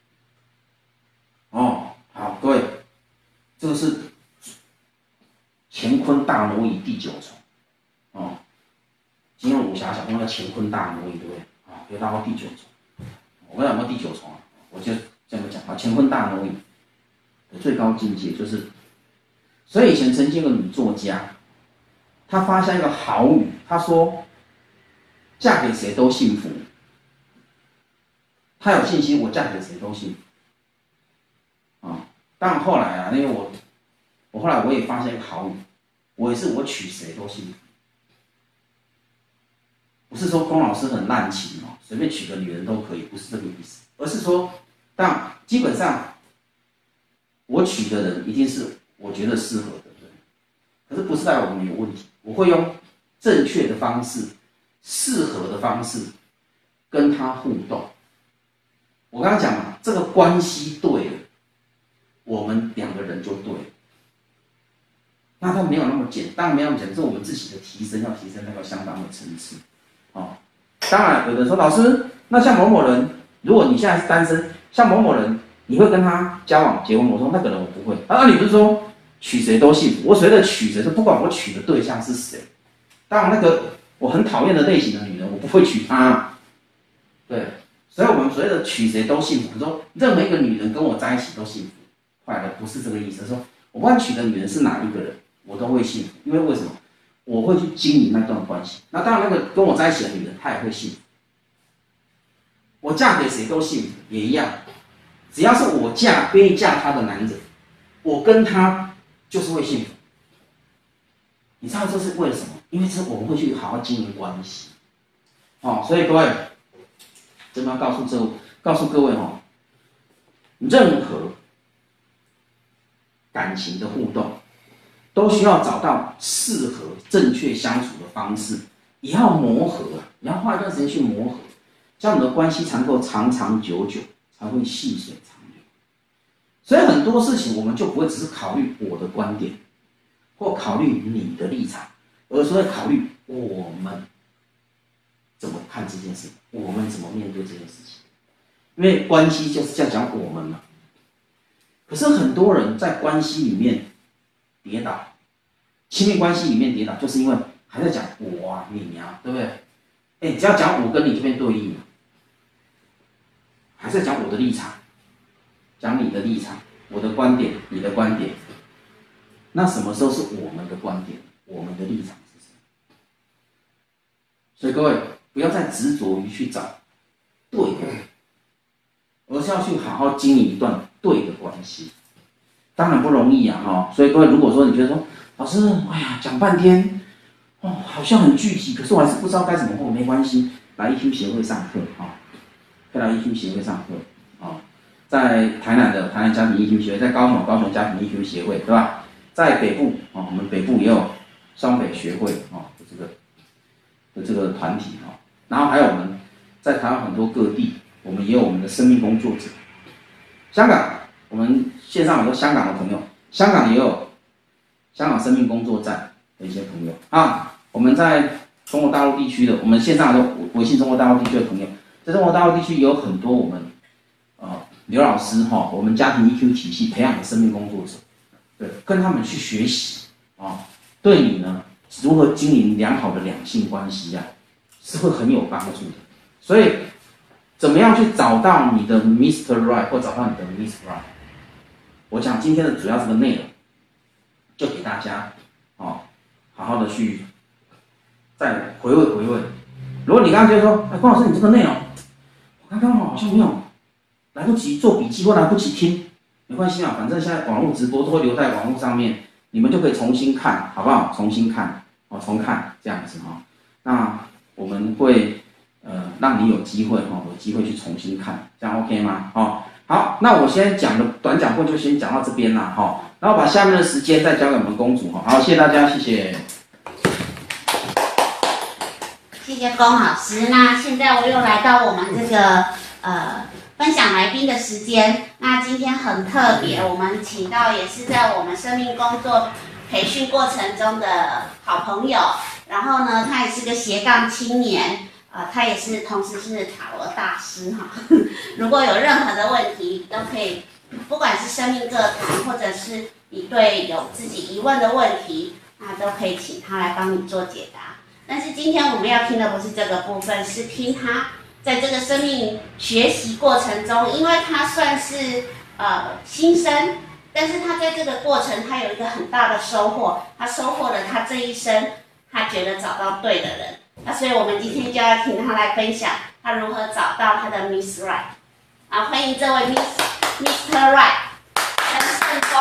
哦，好，各位，这个是乾坤大挪移第九重。哦，今天武侠小说叫乾坤大挪移，对不对？啊、哦，又到第九重。我跟你讲有没有第九重啊？我就这么讲啊，乾坤大挪移。最高境界就是，所以以前曾经有个女作家，她发下一个豪语，她说：“嫁给谁都幸福。”她有信心，我嫁给谁都幸福。啊，但后来啊，因为我，我后来我也发现一个豪语，我也是我娶谁都幸福。不是说龚老师很滥情哦，随便娶个女人都可以，不是这个意思，而是说，但基本上。我娶的人一定是我觉得适合的人，可是不是代表我们有问题。我会用正确的方式、适合的方式跟他互动。我刚刚讲嘛，这个关系对了，我们两个人就对了。那它没有那么简单，当然没有那么简单，是我们自己的提升要提升那个相当的层次。哦，当然有人说老师，那像某某人，如果你现在是单身，像某某人。你会跟他交往结婚？我说那个人我不会。啊，你不是说娶谁都幸福？我所谓的娶谁，是不管我娶的对象是谁。当然，那个我很讨厌的类型的女人，我不会娶她。对，所以我们所谓的娶谁都幸福，说任何一个女人跟我在一起都幸福快乐，不是这个意思。说我不管娶的女人是哪一个人，我都会幸福，因为为什么？我会去经营那段关系。那当然，那个跟我在一起的女人，她也会幸福。我嫁给谁都幸福，也一样。只要是我嫁愿意嫁他的男人，我跟他就是会幸福。你知道这是为了什么？因为这是我们会去好好经营关系。哦，所以各位，这边要告诉这告诉各位哦，任何感情的互动，都需要找到适合、正确相处的方式，也要磨合，也要花一段时间去磨合，这样你的关系才能够长长久久。才会细水长流，所以很多事情我们就不会只是考虑我的观点，或考虑你的立场，而是会考虑我们怎么看这件事，我们怎么面对这件事情。因为关系就是这样讲我们嘛。可是很多人在关系里面跌倒，亲密关系里面跌倒，就是因为还在讲我啊、你啊，对不对？哎，只要讲我跟你这边对立嘛。还是讲我的立场，讲你的立场，我的观点，你的观点， 那什么时候是我们的观点，我们的立场是什么？所以各位不要再执着于去找对的，而是要去好好经营一段对的关系。当然不容易啊，哈！所以各位，如果说你觉得说，老师，哎呀，讲半天，哦，好像很具体，可是我还是不知道该怎么做，没关系，来 E Q 协会上课啊，可以来 E Q 协会上课啊，在台南的台南家庭 E Q 协会，在高雄高雄家庭 E Q 协会，对吧？在北部啊，我们北部也有双北学会啊的这个的这个团体啊，然后还有我们在台湾很多各地，我们也有我们的生命工作者，香港。我们线上很多香港的朋友，香港也有香港生命工作站的一些朋友啊。我们在中国大陆地区的，我们线上的微信中国大陆地区的朋友，在中国大陆地区也有很多我们呃刘老师哈，我们家庭 E Q 体系培养的生命工作者，对，跟他们去学习啊，对你呢如何经营良好的两性关系啊，是会很有帮助的。所以，怎么样去找到你的 Mister Right 或找到你的 Miss Right？我讲今天的主要这个内容，就给大家哦，好好的去再回味回味。如果你刚刚觉得说，哎，关老师你这个内容，我刚刚好像没有来不及做笔记或来不及听，没关系啊，反正现在网络直播都会留在网络上面，你们就可以重新看，好不好？重新看哦，重看这样子哈、哦。那我们会呃让你有机会哈、哦，有机会去重新看，这样 OK 吗？哦。好，那我先讲的短讲会就先讲到这边啦，哈，然后把下面的时间再交给我们公主，哈，好，谢谢大家，谢谢。 谢谢龚老师。那现在我又来到我们这个呃分享来宾的时间。那今天很特别，我们请到也是在我们生命工作培训过程中的好朋友，然后呢，他也是个斜杠青年。呃，他也是同时是塔罗大师哈，如果有任何的问题，都可以，不管是生命课堂，或者是你对有自己疑问的问题，那都可以请他来帮你做解答。但是今天我们要听的不是这个部分，是听他在这个生命学习过程中，因为他算是呃新生，但是他在这个过程他有一个很大的收获，他收获了他这一生，他觉得找到对的人。那所以我们今天就要听他来分享他如何找到他的 Miss Right。啊，欢迎这位 Miss Mister Right 陈胜峰。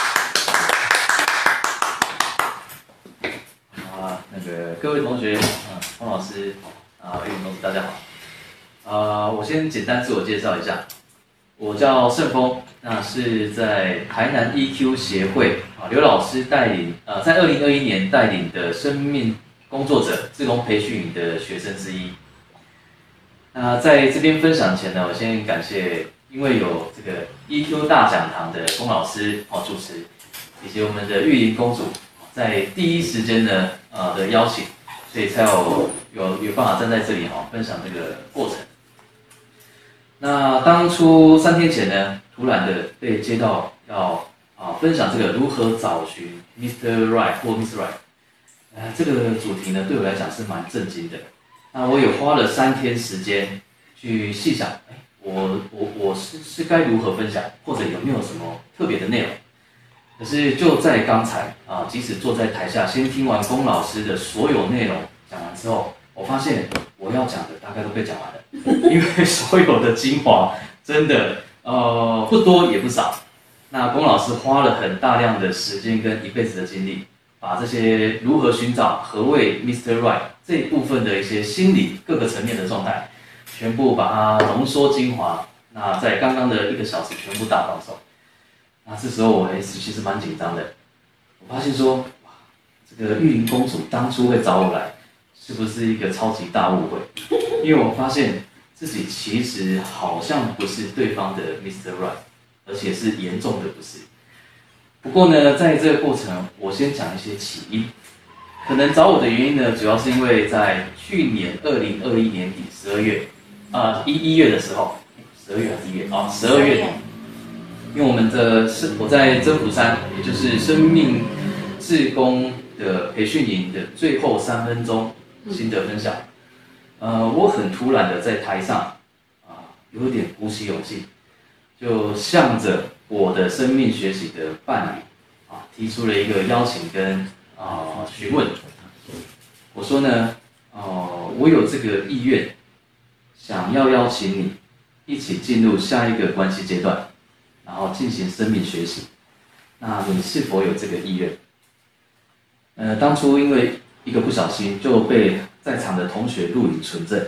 啊，那个各位同学，啊，龚老师，啊，玉林同学，大家好。啊，我先简单自我介绍一下，我叫胜峰，那是在台南 E Q 协会啊，刘老师带领，呃，在二零二一年带领的生命工作者志工培训营的学生之一。那在这边分享前呢，我先感谢，因为有这个 E Q 大讲堂的龚老师哦主持，以及我们的玉林公主在第一时间呢呃的邀请，所以才有有有办法站在这里哈分享这个过程。那当初三天前呢，突然的被接到要啊分享这个如何找寻 Mister Right 或 Miss Right。呃，这个主题呢，对我来讲是蛮震惊的。那我有花了三天时间去细想，哎，我我我是是该如何分享，或者有没有什么特别的内容？可是就在刚才啊，即使坐在台下，先听完龚老师的所有内容讲完之后，我发现我要讲的大概都被讲完了，因为所有的精华真的呃不多也不少。那龚老师花了很大量的时间跟一辈子的精力。把这些如何寻找何谓 Mister Right 这一部分的一些心理各个层面的状态，全部把它浓缩精华，那在刚刚的一个小时全部大放送。那这时候我也是其实蛮紧张的，我发现说，哇，这个玉林公主当初会找我来，是不是一个超级大误会？因为我发现自己其实好像不是对方的 Mister Right， 而且是严重的不是。不过呢，在这个过程，我先讲一些起因。可能找我的原因呢，主要是因为在去年二零二一年底十二月，啊一一月的时候，十二月还是一月啊？十二月底，因为我们的是我在真福山，也就是生命志工的培训营的最后三分钟心得分享。呃，我很突然的在台上啊，有点鼓起勇气，就向着我的生命学习的伴侣啊， 提出了一个邀请跟啊、呃、询问。我说呢，哦、呃，我有这个意愿，想要邀请你一起进入下一个关系阶段，然后进行生命学习。那你是否有这个意愿？呃，当初因为一个不小心就被在场的同学录影存证，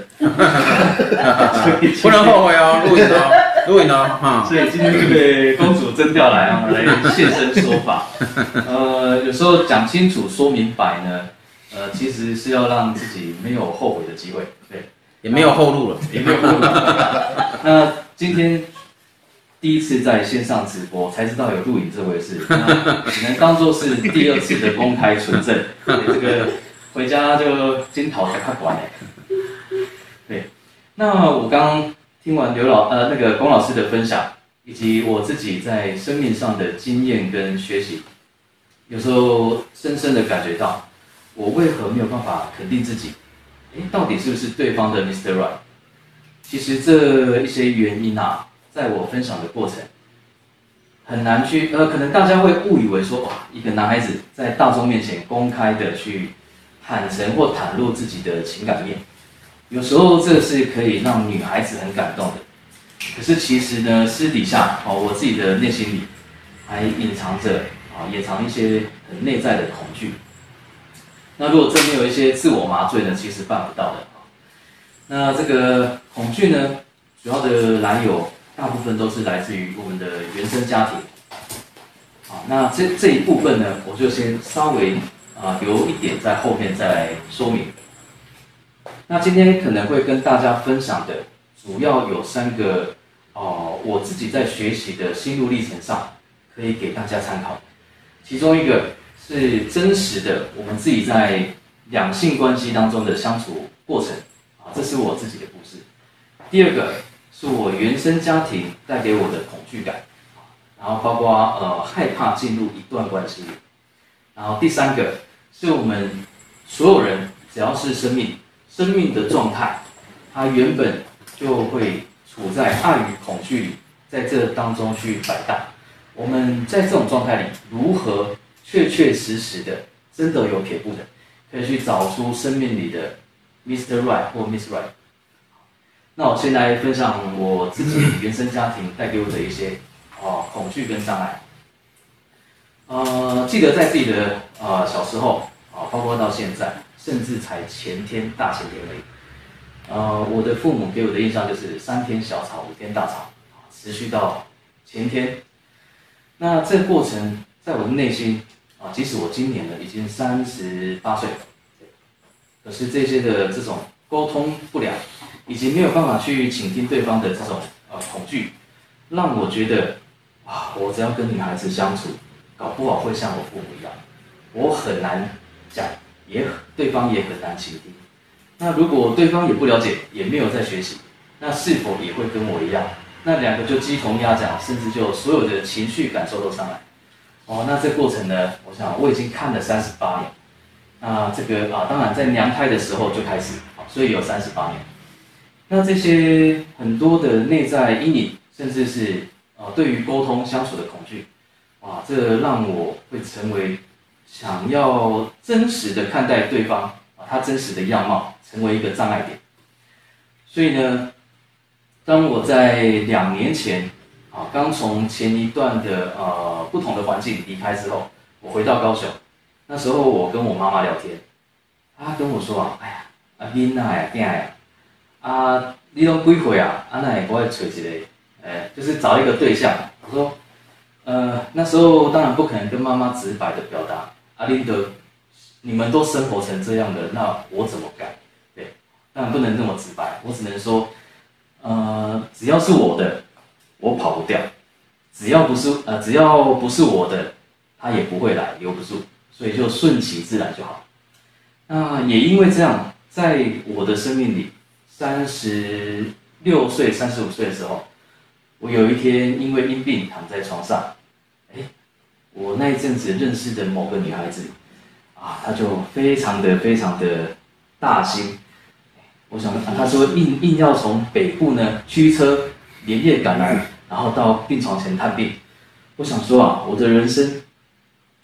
不能后悔哦，录影哦，录影哦，哈。 所以今天就被公主征调来啊，来现身说法。呃，有时候讲清楚、说明白呢，呃，其实是要让自己没有后悔的机会，对， 也没有后路了， 也没有后路。那今天第一次在线上直播，才知道有录影这回事，那只能当做是第二次的公开存证。这个回家就检讨才看完嘞。对，那我刚刚听完刘老呃那个龚老师的分享，以及我自己在生命上的经验跟学习，有时候深深的感觉到，我为何没有办法肯定自己？诶，到底是不是对方的 mister Right？ 其实这一些原因啊，在我分享的过程，很难去呃，可能大家会误以为说，哇，一个男孩子在大众面前公开的去坦诚或袒露自己的情感面，有时候这是可以让女孩子很感动的。可是其实呢，私底下哦，我自己的内心里还隐藏着啊，掩藏一些很内在的恐惧。那如果真没有一些自我麻醉呢，其实办不到的。那这个恐惧呢，主要的来由大部分都是来自于我们的原生家庭。好，那这这一部分呢，我就先稍微啊留一点在后面再来说明。那今天可能会跟大家分享的，主要有三个哦、呃，我自己在学习的心路历程上，可以给大家参考。其中一个是真实的，我们自己在两性关系当中的相处过程啊，这是我自己的故事。第二个是我原生家庭带给我的恐惧感，然后包括呃害怕进入一段关系。然后第三个是我们所有人只要是生命，生命的状态，它原本就会处在爱与恐惧里，在这当中去摆荡。我们在这种状态里，如何确确实实的，真的有撇步的，可以去找出生命里的 mister Right 或 Miss Right。那我先来分享我自己原生家庭带给我的一些哦恐惧跟障碍。呃，记得在自己的呃小时候啊、呃，包括到现在，甚至才前天大前天而已。呃，我的父母给我的印象就是三天小吵，五天大吵，持续到前天。那这个过程在我的内心啊，即使我今年呢已经三十八岁，可是这些的这种沟通不良，以及没有办法去倾听对方的这种呃恐惧，让我觉得哇，我只要跟女孩子相处，搞不好会像我父母一样，我很难讲，也对方也很难倾听。那如果对方也不了解，也没有在学习，那是否也会跟我一样？那两个就鸡同鸭讲，甚至就所有的情绪感受都上来。哦，那这过程呢，我想我已经看了三十八年。那这个啊，当然在娘胎的时候就开始，所以有三十八年。那这些很多的内在阴影，甚至是啊对于沟通相处的恐惧，哇，这让我会成为想要真实的看待对方啊，他真实的样貌，成为一个障碍点。所以呢，当我在两年前啊，刚从前一段的呃不同的环境离开之后，我回到高雄。那时候我跟我妈妈聊天，她跟我说啊，哎呀，啊囡仔呀，囝呀，啊你都几岁啊？啊那也不会找一个，哎，就是找一个对象。我说，呃，那时候当然不可能跟妈妈直白的表达，啊你的你们都生活成这样的，那我怎么改？对，当然不能那么直白，我只能说。呃，只要是我的，我跑不掉；只要不是呃，只要不是我的，他也不会来，留不住，所以就顺其自然就好。那也因为这样，在我的生命里，三十六岁、三十五岁的时候，我有一天因为因病躺在床上，哎，我那一阵子认识的某个女孩子，啊，她就非常的非常的大心。我想，他说硬硬要从北部呢驱车连夜赶来，然后到病床前探病。我想说啊，我的人生，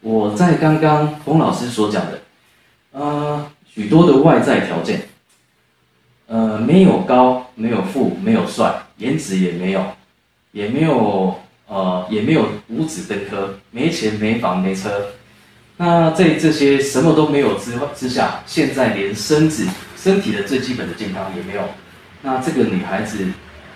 我在刚刚龚老师所讲的，呃，许多的外在条件，呃，没有高，没有富，没有帅，颜值也没有，也没有呃，也没有五子登科，没钱没房没车。那在这些什么都没有之之下，现在连身子身体的最基本的健康也没有，那这个女孩子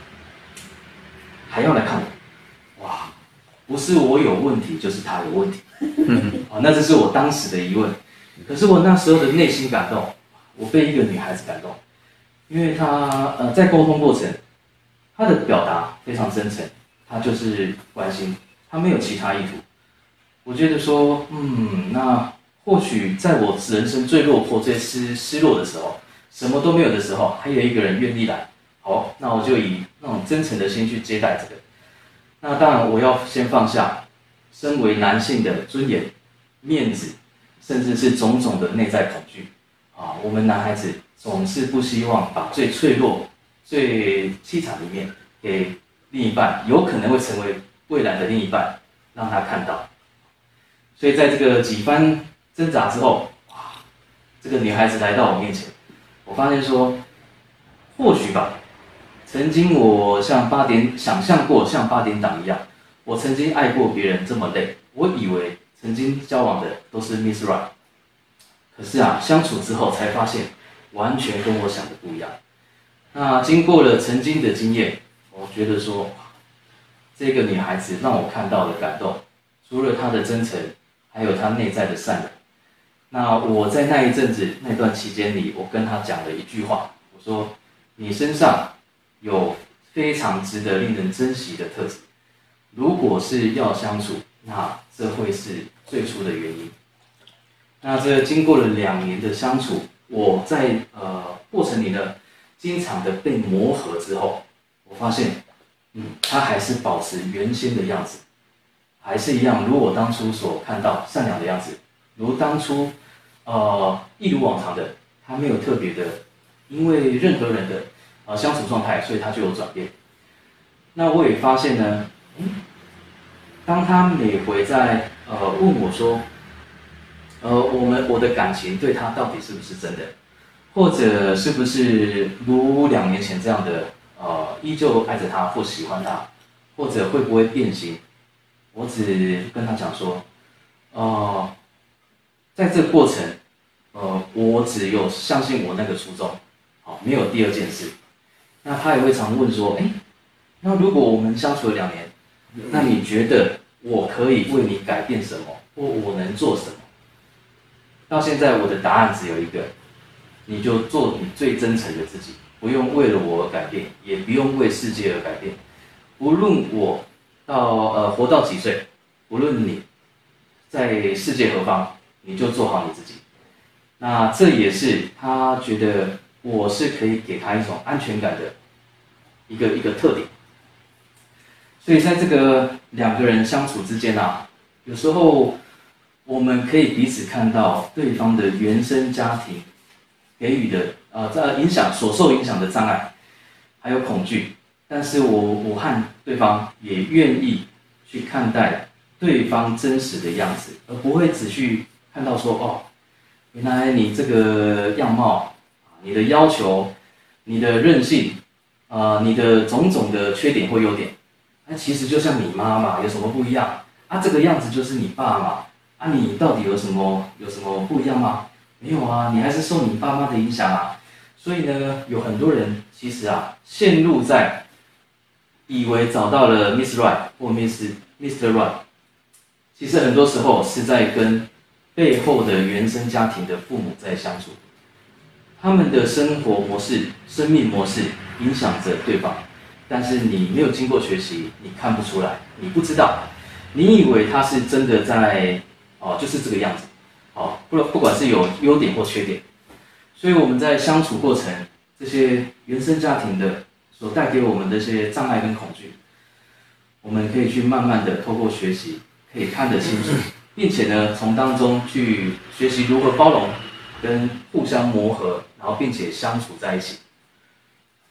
还要来看我，哇，不是我有问题，就是她有问题。啊，那这是我当时的疑问。可是我那时候的内心感动，我被一个女孩子感动，因为她呃在沟通过程，她的表达非常真诚，她就是关心，她没有其他意图。我觉得说，嗯，那或许在我人生最落魄、最失失落的时候，什么都没有的时候，还有一个人愿意来，好，那我就以那种真诚的心去接待这个。那当然，我要先放下身为男性的尊严、面子，甚至是种种的内在恐惧啊。我们男孩子总是不希望把最脆弱、最凄惨的一面给另一半，有可能会成为未来的另一半，让他看到。所以在这个几番挣扎之后，哇，这个女孩子来到我面前，我发现说，或许吧，曾经我像八点想象过像八点档一样，我曾经爱过别人这么累，我以为曾经交往的都是 Miss Right， 可是啊，相处之后才发现，完全跟我想的不一样。那经过了曾经的经验，我觉得说，这个女孩子让我看到了感动，除了她的真诚。还有他内在的善良。那我在那一阵子那段期间里，我跟他讲了一句话，我说：“你身上有非常值得令人珍惜的特质，如果是要相处，那这会是最初的原因。”那这经过了两年的相处，我在呃过程里呢，经常的被磨合之后，我发现，嗯，他还是保持原先的样子。还是一样，如我当初所看到善良的样子，如当初，呃，一如往常的，他没有特别的，因为任何人的呃相处状态，所以他就有转变。那我也发现呢，嗯，当他每回在呃问我说，呃，我们我的感情对他到底是不是真的，或者是不是如两年前这样的，呃，依旧爱着他或喜欢他，或者会不会变心？我只跟他讲说，呃，在这个过程，呃，我只有相信我那个初衷，好，没有第二件事。那他也会常问说，哎，那如果我们相处了两年，那你觉得我可以为你改变什么，或我能做什么？到现在我的答案只有一个，你就做你最真诚的自己，不用为了我而改变，也不用为世界而改变，无论我。到呃活到几岁，无论你在世界何方，你就做好你自己。那这也是他觉得我是可以给他一种安全感的一个一个特点。所以在这个两个人相处之间啊，有时候我们可以彼此看到对方的原生家庭给予的呃在影响所受影响的障碍，还有恐惧。但是我我和对方也愿意去看待对方真实的样子，而不会只去看到说哦，原来你这个样貌，你的要求，你的韧性，呃，你的种种的缺点或优点，那其实就像你妈嘛，有什么不一样？啊，这个样子就是你爸嘛，啊，你到底有什么有什么不一样吗？没有啊，你还是受你爸妈的影响啊。所以呢，有很多人其实啊，陷入在以为找到了 Miss Right 或 Miss Mister Right， 其实很多时候是在跟背后的原生家庭的父母在相处，他们的生活模式、生命模式影响着对方，但是你没有经过学习，你看不出来，你不知道，你以为他是真的在哦，就是这个样子，哦，不不管是有优点或缺点，所以我们在相处过程，这些原生家庭的。所带给我们的这些障碍跟恐惧，我们可以去慢慢的透过学习，可以看得清楚，并且呢，从当中去学习如何包容，跟互相磨合，然后并且相处在一起。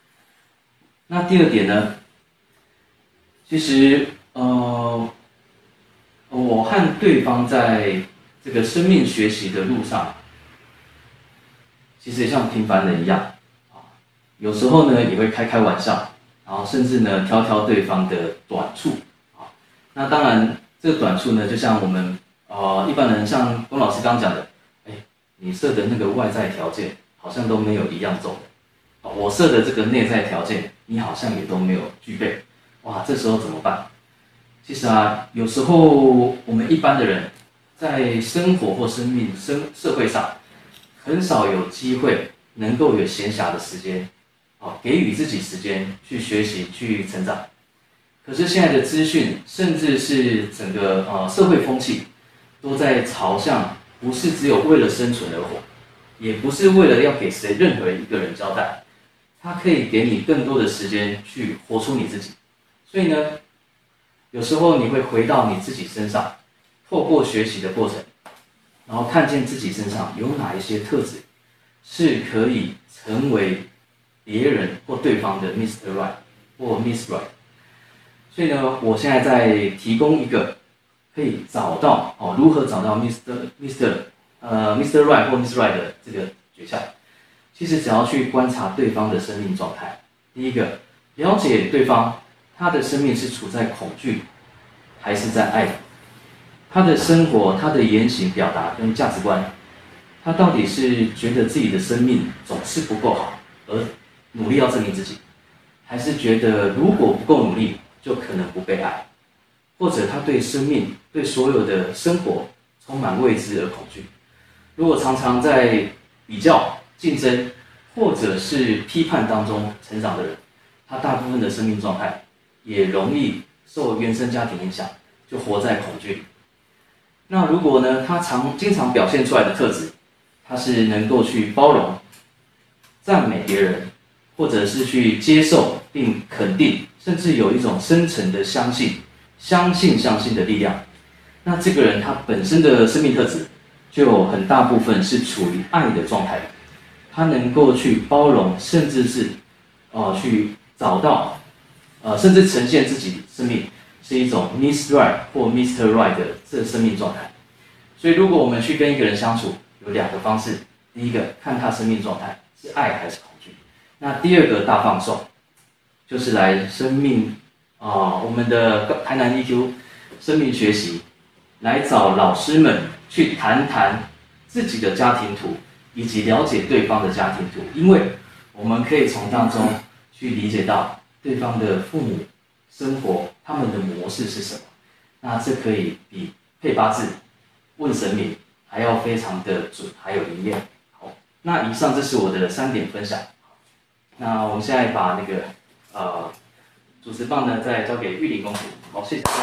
那第二点呢，其实呃， 我和对方在这个生命学习的路上，其实也像平凡人一样，啊，有时候呢也会开开玩笑，然后甚至呢挑挑对方的短处，啊，那当然这个短处呢，就像我们呃一般人，像龚老师刚讲的，哎，你设的那个外在条件好像都没有一样重的，我设的这个内在条件，你好像也都没有具备，哇，这时候怎么办？其实啊，有时候我们一般的人，在生活或生命、生社会上，很少有机会能够有闲暇的时间，啊，给予自己时间去学习、去成长。可是现在的资讯，甚至是整个呃社会风气，都在朝向不是只有为了生存而活，也不是为了要给谁任何一个人交代，它可以给你更多的时间去活出你自己。所以呢，有时候你会回到你自己身上，透过学习的过程，然后看见自己身上有哪一些特质是可以成为别人或对方的 Mister Right 或 Miss Right。所以呢，我现在在提供一个可以找到哦，如何找到 Mister Mister 呃 Mister Right 或 Miss Right 的这个诀窍。其实只要去观察对方的生命状态，第一个，了解对方他的生命是处在恐惧还是在爱里，他的生活、他的言行表达跟价值观，他到底是觉得自己的生命总是不够好，而努力要证明自己，还是觉得如果不够努力，就可能不被爱，或者他对生命、对所有的生活充满未知而恐惧。如果常常在比较、竞争，或者是批判当中成长的人，他大部分的生命状态也容易受原生家庭影响，就活在恐惧里。那如果呢，他常经常表现出来的特质，他是能够去包容、赞美别人，或者是去接受并肯定，甚至有一种深层的相信、相信、相信的力量。那这个人他本身的生命特质，就有很大部分是处于爱的状态，他能够去包容，甚至是哦、呃、去找到，呃，甚至呈现自己生命是一种 Miss Right 或 Mister Right 的这个生命状态。所以，如果我们去跟一个人相处，有两个方式：第一个，看他生命状态是爱还是恐惧；那第二个大放送，就是来生命啊、呃，我们的台南 E Q 生命学习，来找老师们去谈谈自己的家庭图，以及了解对方的家庭图，因为我们可以从当中去理解到对方的父母生活他们的模式是什么。那这可以比配八字、问神明还要非常的准，还有灵验。好，那以上这是我的三点分享。那我们现在把那个呃主持棒呢，再交给玉玲公主。好，谢谢大家。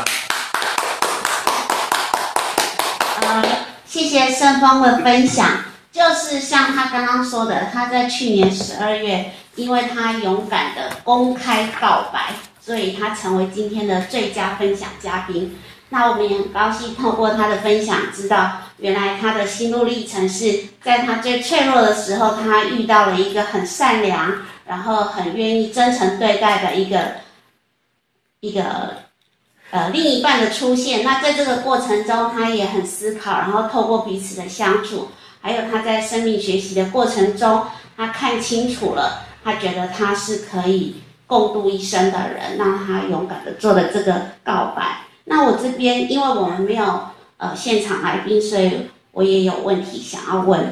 呃，谢谢盛峰的分享。就是像他刚刚说的，他在去年十二月，因为他勇敢的公开告白，所以他成为今天的最佳分享嘉宾。那我们也很高兴透过他的分享，知道原来他的心路历程是在他最脆弱的时候，他遇到了一个很善良，然后很愿意真诚对待的一个一个呃另一半的出现。那在这个过程中，他也很思考，然后透过彼此的相处，还有他在生命学习的过程中，他看清楚了，他觉得他是可以共度一生的人，让他勇敢的做了这个告白。那我这边因为我们没有呃现场来宾，所以我也有问题想要问。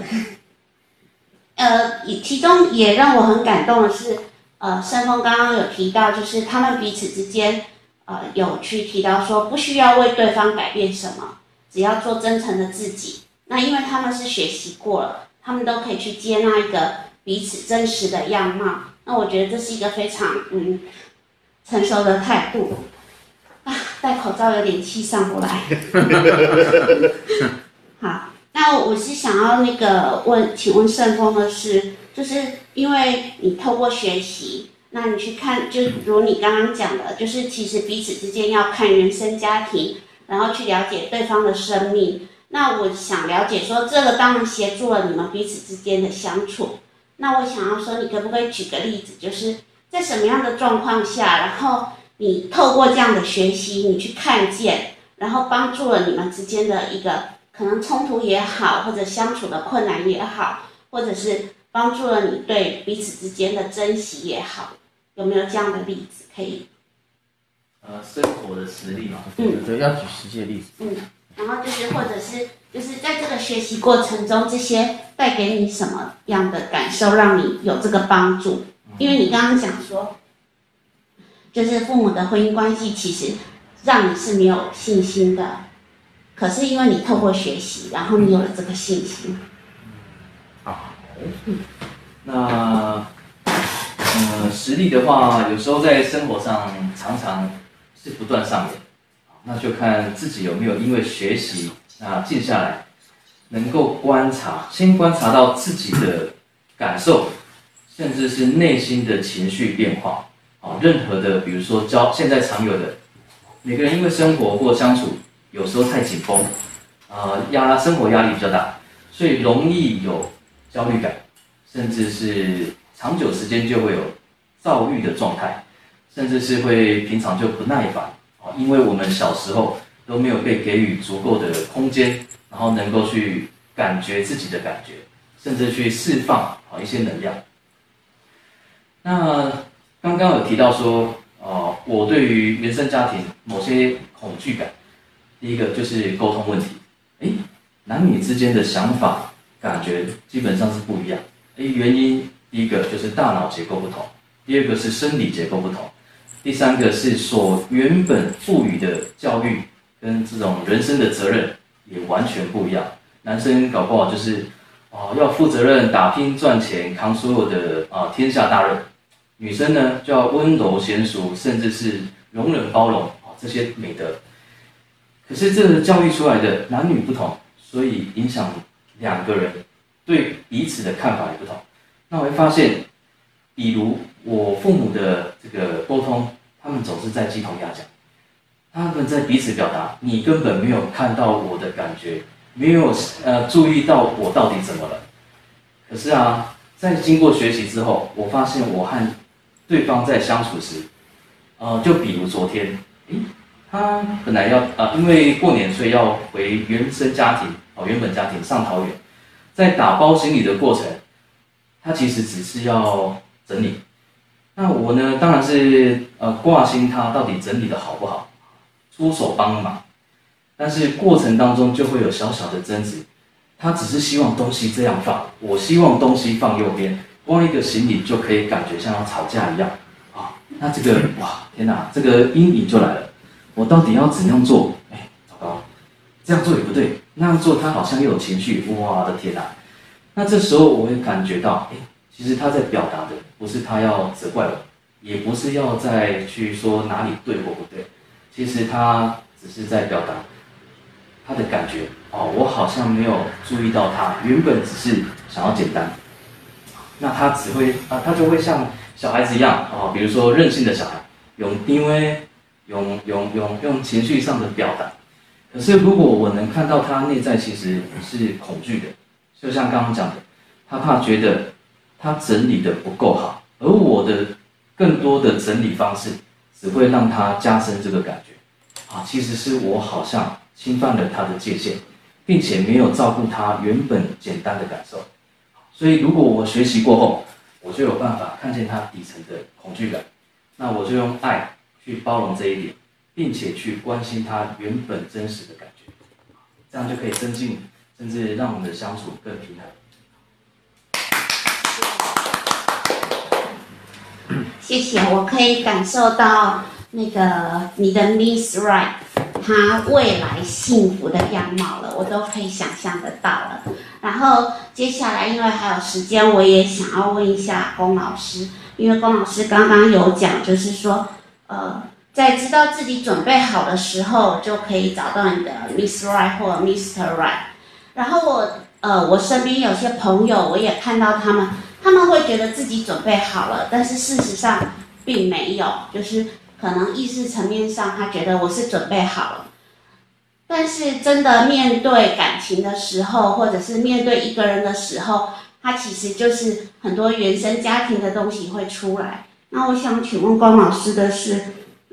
呃，其中也让我很感动的是，呃，盛峰刚刚有提到，就是他们彼此之间，呃，有去提到说不需要为对方改变什么，只要做真诚的自己。那因为他们是学习过了，他们都可以去接纳一个彼此真实的样貌。那我觉得这是一个非常嗯成熟的态度。啊，戴口罩有点气上不来。好，那我是想要那个问，请问盛峰的是，就是因为你透过学习，那你去看，就如你刚刚讲的，就是其实彼此之间要看原生家庭，然后去了解对方的生命。那我想了解说，这个当然协助了你们彼此之间的相处。那我想要说，你可不可以举个例子，就是在什么样的状况下，然后你透过这样的学习，你去看见， 然后帮助了你们之间的一个可能冲突也好，或者相处的困难也好，或者是帮助了你对彼此之间的珍惜也好，有没有这样的例子可以？ 呃，生活的实例嘛， 嗯， 对，要举实际的例子。 嗯，然后就是或者是就是在这个学习过程中，这些带给你什么样的感受，让你有这个帮助？因为你刚刚讲说，就是父母的婚姻关系其实让你是没有信心的，可是因为你透过学习，然后你有了这个信心。 好， 那呃，实例的话，有时候在生活上常常是不断上演，那就看自己有没有因为学习，那静下来，能够观察，先观察到自己的感受，甚至是内心的情绪变化。啊，任何的，比如说交现在常有的，每个人因为生活或相处，有时候太紧绷，呃，压生活压力比较大，所以容易有焦虑感，甚至是长久时间就会有躁郁的状态，甚至是会平常就不耐烦啊，因为我们小时候都没有被给予足够的空间，然后能够去感觉自己的感觉，甚至去释放啊一些能量。那刚刚有提到说，呃，我对于原生家庭某些恐惧感，第一个就是沟通问题，诶，男女之间的想法、感觉基本上是不一样。诶，原因第一个就是大脑结构不同，第二个是生理结构不同，第三个是所原本赋予的教育跟这种人生的责任也完全不一样。男生搞不好就是哦要负责任、打拼赚钱、扛所有的啊、呃、天下大任。女生呢，就要温柔娴熟，甚至是容忍包容啊这些美德。可是这个教育出来的男女不同，所以影响两个人对彼此的看法也不同。那我会发现，比如我父母的这个沟通，他们总是在鸡同鸭讲，他们在彼此表达，你根本没有看到我的感觉，没有呃注意到我到底怎么了。可是啊，在经过学习之后，我发现我和对方在相处时，呃，就比如昨天，诶，他本来要呃，因为过年所以要回原生家庭哦，原本家庭上桃园，在打包行李的过程，他其实只是要整理。那我呢，当然是呃挂心他到底整理的好不好，出手帮忙。但是过程当中就会有小小的争执，他只是希望东西这样放，我希望东西放右边。光一个行李就可以感觉像要吵架一样啊！那这个哇，天哪，这个阴影就来了。我到底要怎样做？哎，糟糕，这样做也不对，那样做他好像又有情绪，哇的天哪！那这时候我会感觉到，哎，其实他在表达的不是他要责怪我，也不是要再去说哪里对或不对，其实他只是在表达他的感觉哦，我好像没有注意到他原本只是想要简单。那他只会啊，他就会像小孩子一样啊，比如说任性的小孩，用因为用用用用情绪上的表达。可是如果我能看到他内在其实是恐惧的，就像刚刚讲的，他怕觉得他整理的不够好，而我的更多的整理方式只会让他加深这个感觉啊，其实是我好像侵犯了他的界限，并且没有照顾他原本简单的感受。所以，如果我学习过后，我就有办法看见他底层的恐惧感，那我就用爱去包容这一点，并且去关心他原本真实的感觉，这样就可以增进，甚至让我们的相处更平衡。 谢谢，我可以感受到那个你的 Miss Right， 她未来幸福的样貌了，我都可以想象得到了。然后接下来，因为还有时间，我也想要问一下龚老师，因为龚老师刚刚有讲，就是说，呃，在知道自己准备好的时候，就可以找到你的 Miss Right 或 Mister Right。然后我，呃，我身边有些朋友，我也看到他们，他们会觉得自己准备好了，但是事实上并没有，就是可能意识层面上，他觉得我是准备好了。但是真的面对感情的时候，或者是面对一个人的时候，他其实就是很多原生家庭的东西会出来。那我想请问龚老师的是，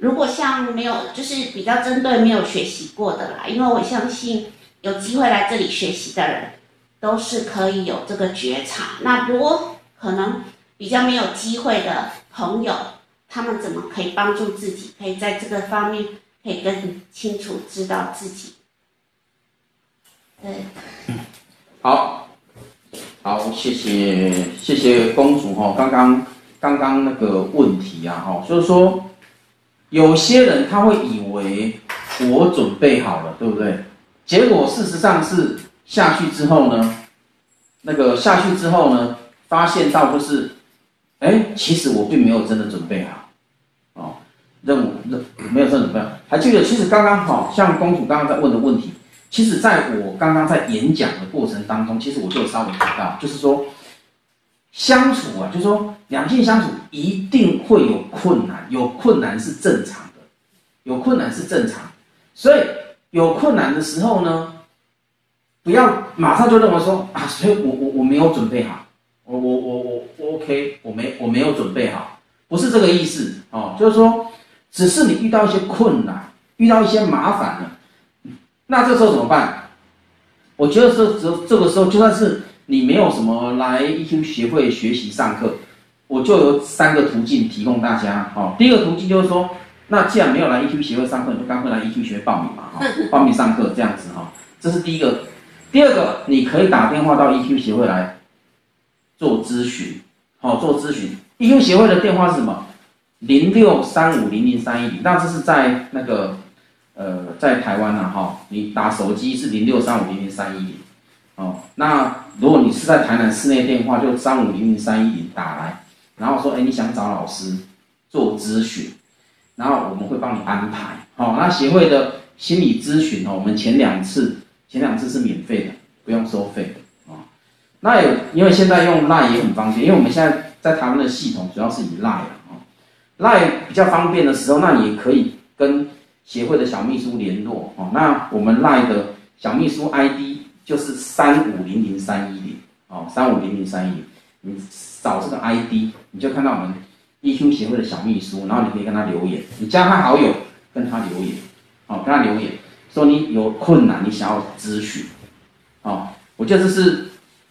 如果像没有，就是比较针对没有学习过的啦，因为我相信有机会来这里学习的人，都是可以有这个觉察。那如果可能比较没有机会的朋友，他们怎么可以帮助自己，可以在这个方面可以更清楚知道自己？对， 好，好，谢谢谢谢公主哈，刚刚刚刚那个问题啊哈，就是说有些人他会以为我准备好了，对不对？结果事实上是下去之后呢，那个下去之后呢，发现到就是，哎，其实我并没有真的准备好，哦，任务任没有真的准备好。还记得，其实刚刚好像公主刚刚在问的问题，其实在我刚刚在演讲的过程当中，其实我就有稍微提到，就是说相处啊，就是说两性相处一定会有困难，有困难是正常的，有困难是正常，所以有困难的时候呢，不要马上就认为说啊，所以我我我没有准备好，我我我我我 OK， 我没我没有准备好，不是这个意思哦，就是说，只是你遇到一些困难，遇到一些麻烦了，那这时候怎么办？我觉得这这这个时候，就算是你没有什么来 E Q 协会学习上课，我就有三个途径提供大家。哦，第一个途径就是说，那既然没有来 E Q 协会上课，你就赶快来 E Q 协会报名嘛，哈、哦，报名上课这样子哈、哦，这是第一个。第二个，你可以打电话到 E Q 协会来做咨询，好、哦，做咨询。E Q 协会的电话是什么？零六三五零零三一零。那这是在那个呃，在台湾啊，哈、哦，你打手机是零六三五零零三一零。哦，那如果你是在台南市内电话，就三五零零三一零打来，然后说，哎，你想找老师做咨询，然后我们会帮你安排。好、哦，那协会的心理咨询哦，我们前两次。前两次是免费的，不用收费的啊、哦。那有，因为现在用 LINE 也很方便，因为我们现在在台湾的系统主要是以 LINE 啊、哦、，LINE 比较方便的时候，那你也可以跟协会的小秘书联络哦。那我们 LINE 的小秘书 I D 就是三五零零三一零哦，三五零零三一零，你扫这个 I D， 你就看到我们 E Q 协会的小秘书，然后你可以跟他留言，你加他好友，跟他留言，哦，跟他留言。说你有困难，你想要咨询，哦，我觉得这是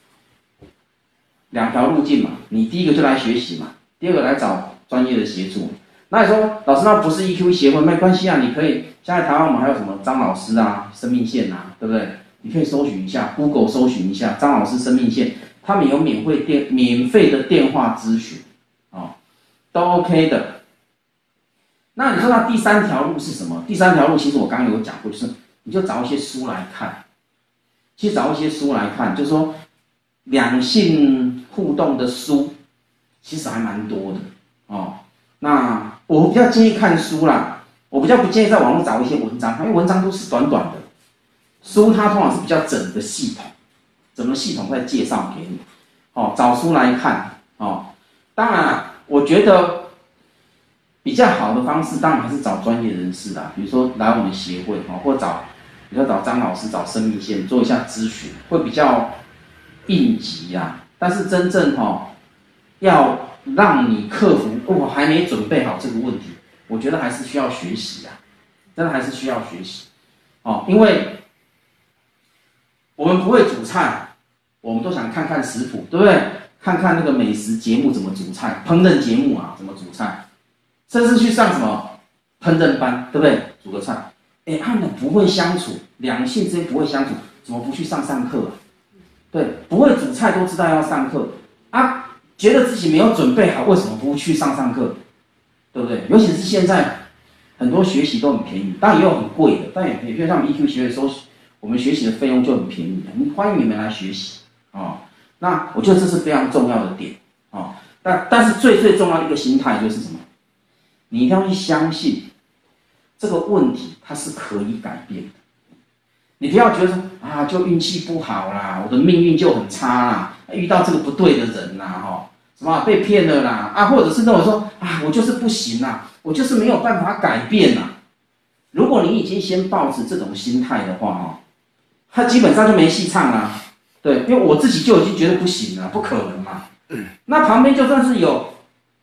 两条路径嘛。你第一个就来学习嘛，第二个来找专业的协助。那你说老师那不是 E Q 协会，没关系啊，你可以现在台湾我们还有什么张老师啊、生命线啊，对不对？你可以搜寻一下 ，Google 搜寻一下张老师生命线，他们有免费电免费的电话咨询，哦，都 OK 的。那你说那第三条路是什么？第三条路其实我刚刚有讲过，就是你就找一些书来看，去找一些书来看，就是说两性互动的书，其实还蛮多的哦。那我比较建议看书啦，我比较不建议在网络找一些文章，因为文章都是短短的，书它通常是比较整个系统，整个系统在介绍给你，哦，找书来看哦。当然啦，我觉得。比较好的方式当然还是找专业人士啦，比如说来我们协会哈，或找，比如说找张老师、找生命线做一下咨询，会比较应急啦。但是真正哈，要让你克服我、哦、还没准备好这个问题，我觉得还是需要学习啊，真的还是需要学习哦，因为我们不会煮菜，我们都想看看食谱，对不对？看看那个美食节目怎么煮菜，烹饪节目啊怎么煮菜。甚至去上什么烹饪班，对不对？煮个菜，哎，他们不会相处，两性之间不会相处，怎么不去上上课啊？对，不会煮菜都知道要上课啊，觉得自己没有准备好，为什么不去上上课？对不对？尤其是现在很多学习都很便宜，当然也有很贵的，但也可以，比如像我们 E Q 学会收，我们学习的费用就很便宜，你欢迎你们来学习哦。那我觉得这是非常重要的点哦。但但是最最重要的一个心态就是什么？你一定要去相信这个问题它是可以改变的。你不要觉得说啊，就运气不好啦，我的命运就很差啦，遇到这个不对的人啦，哈，什么被骗了啦，啊，或者是认为说啊，我就是不行啦，我就是没有办法改变啦。如果你已经先抱持这种心态的话，哈，他基本上就没戏唱啦。对，因为我自己就已经觉得不行了，不可能嘛。那旁边就算是有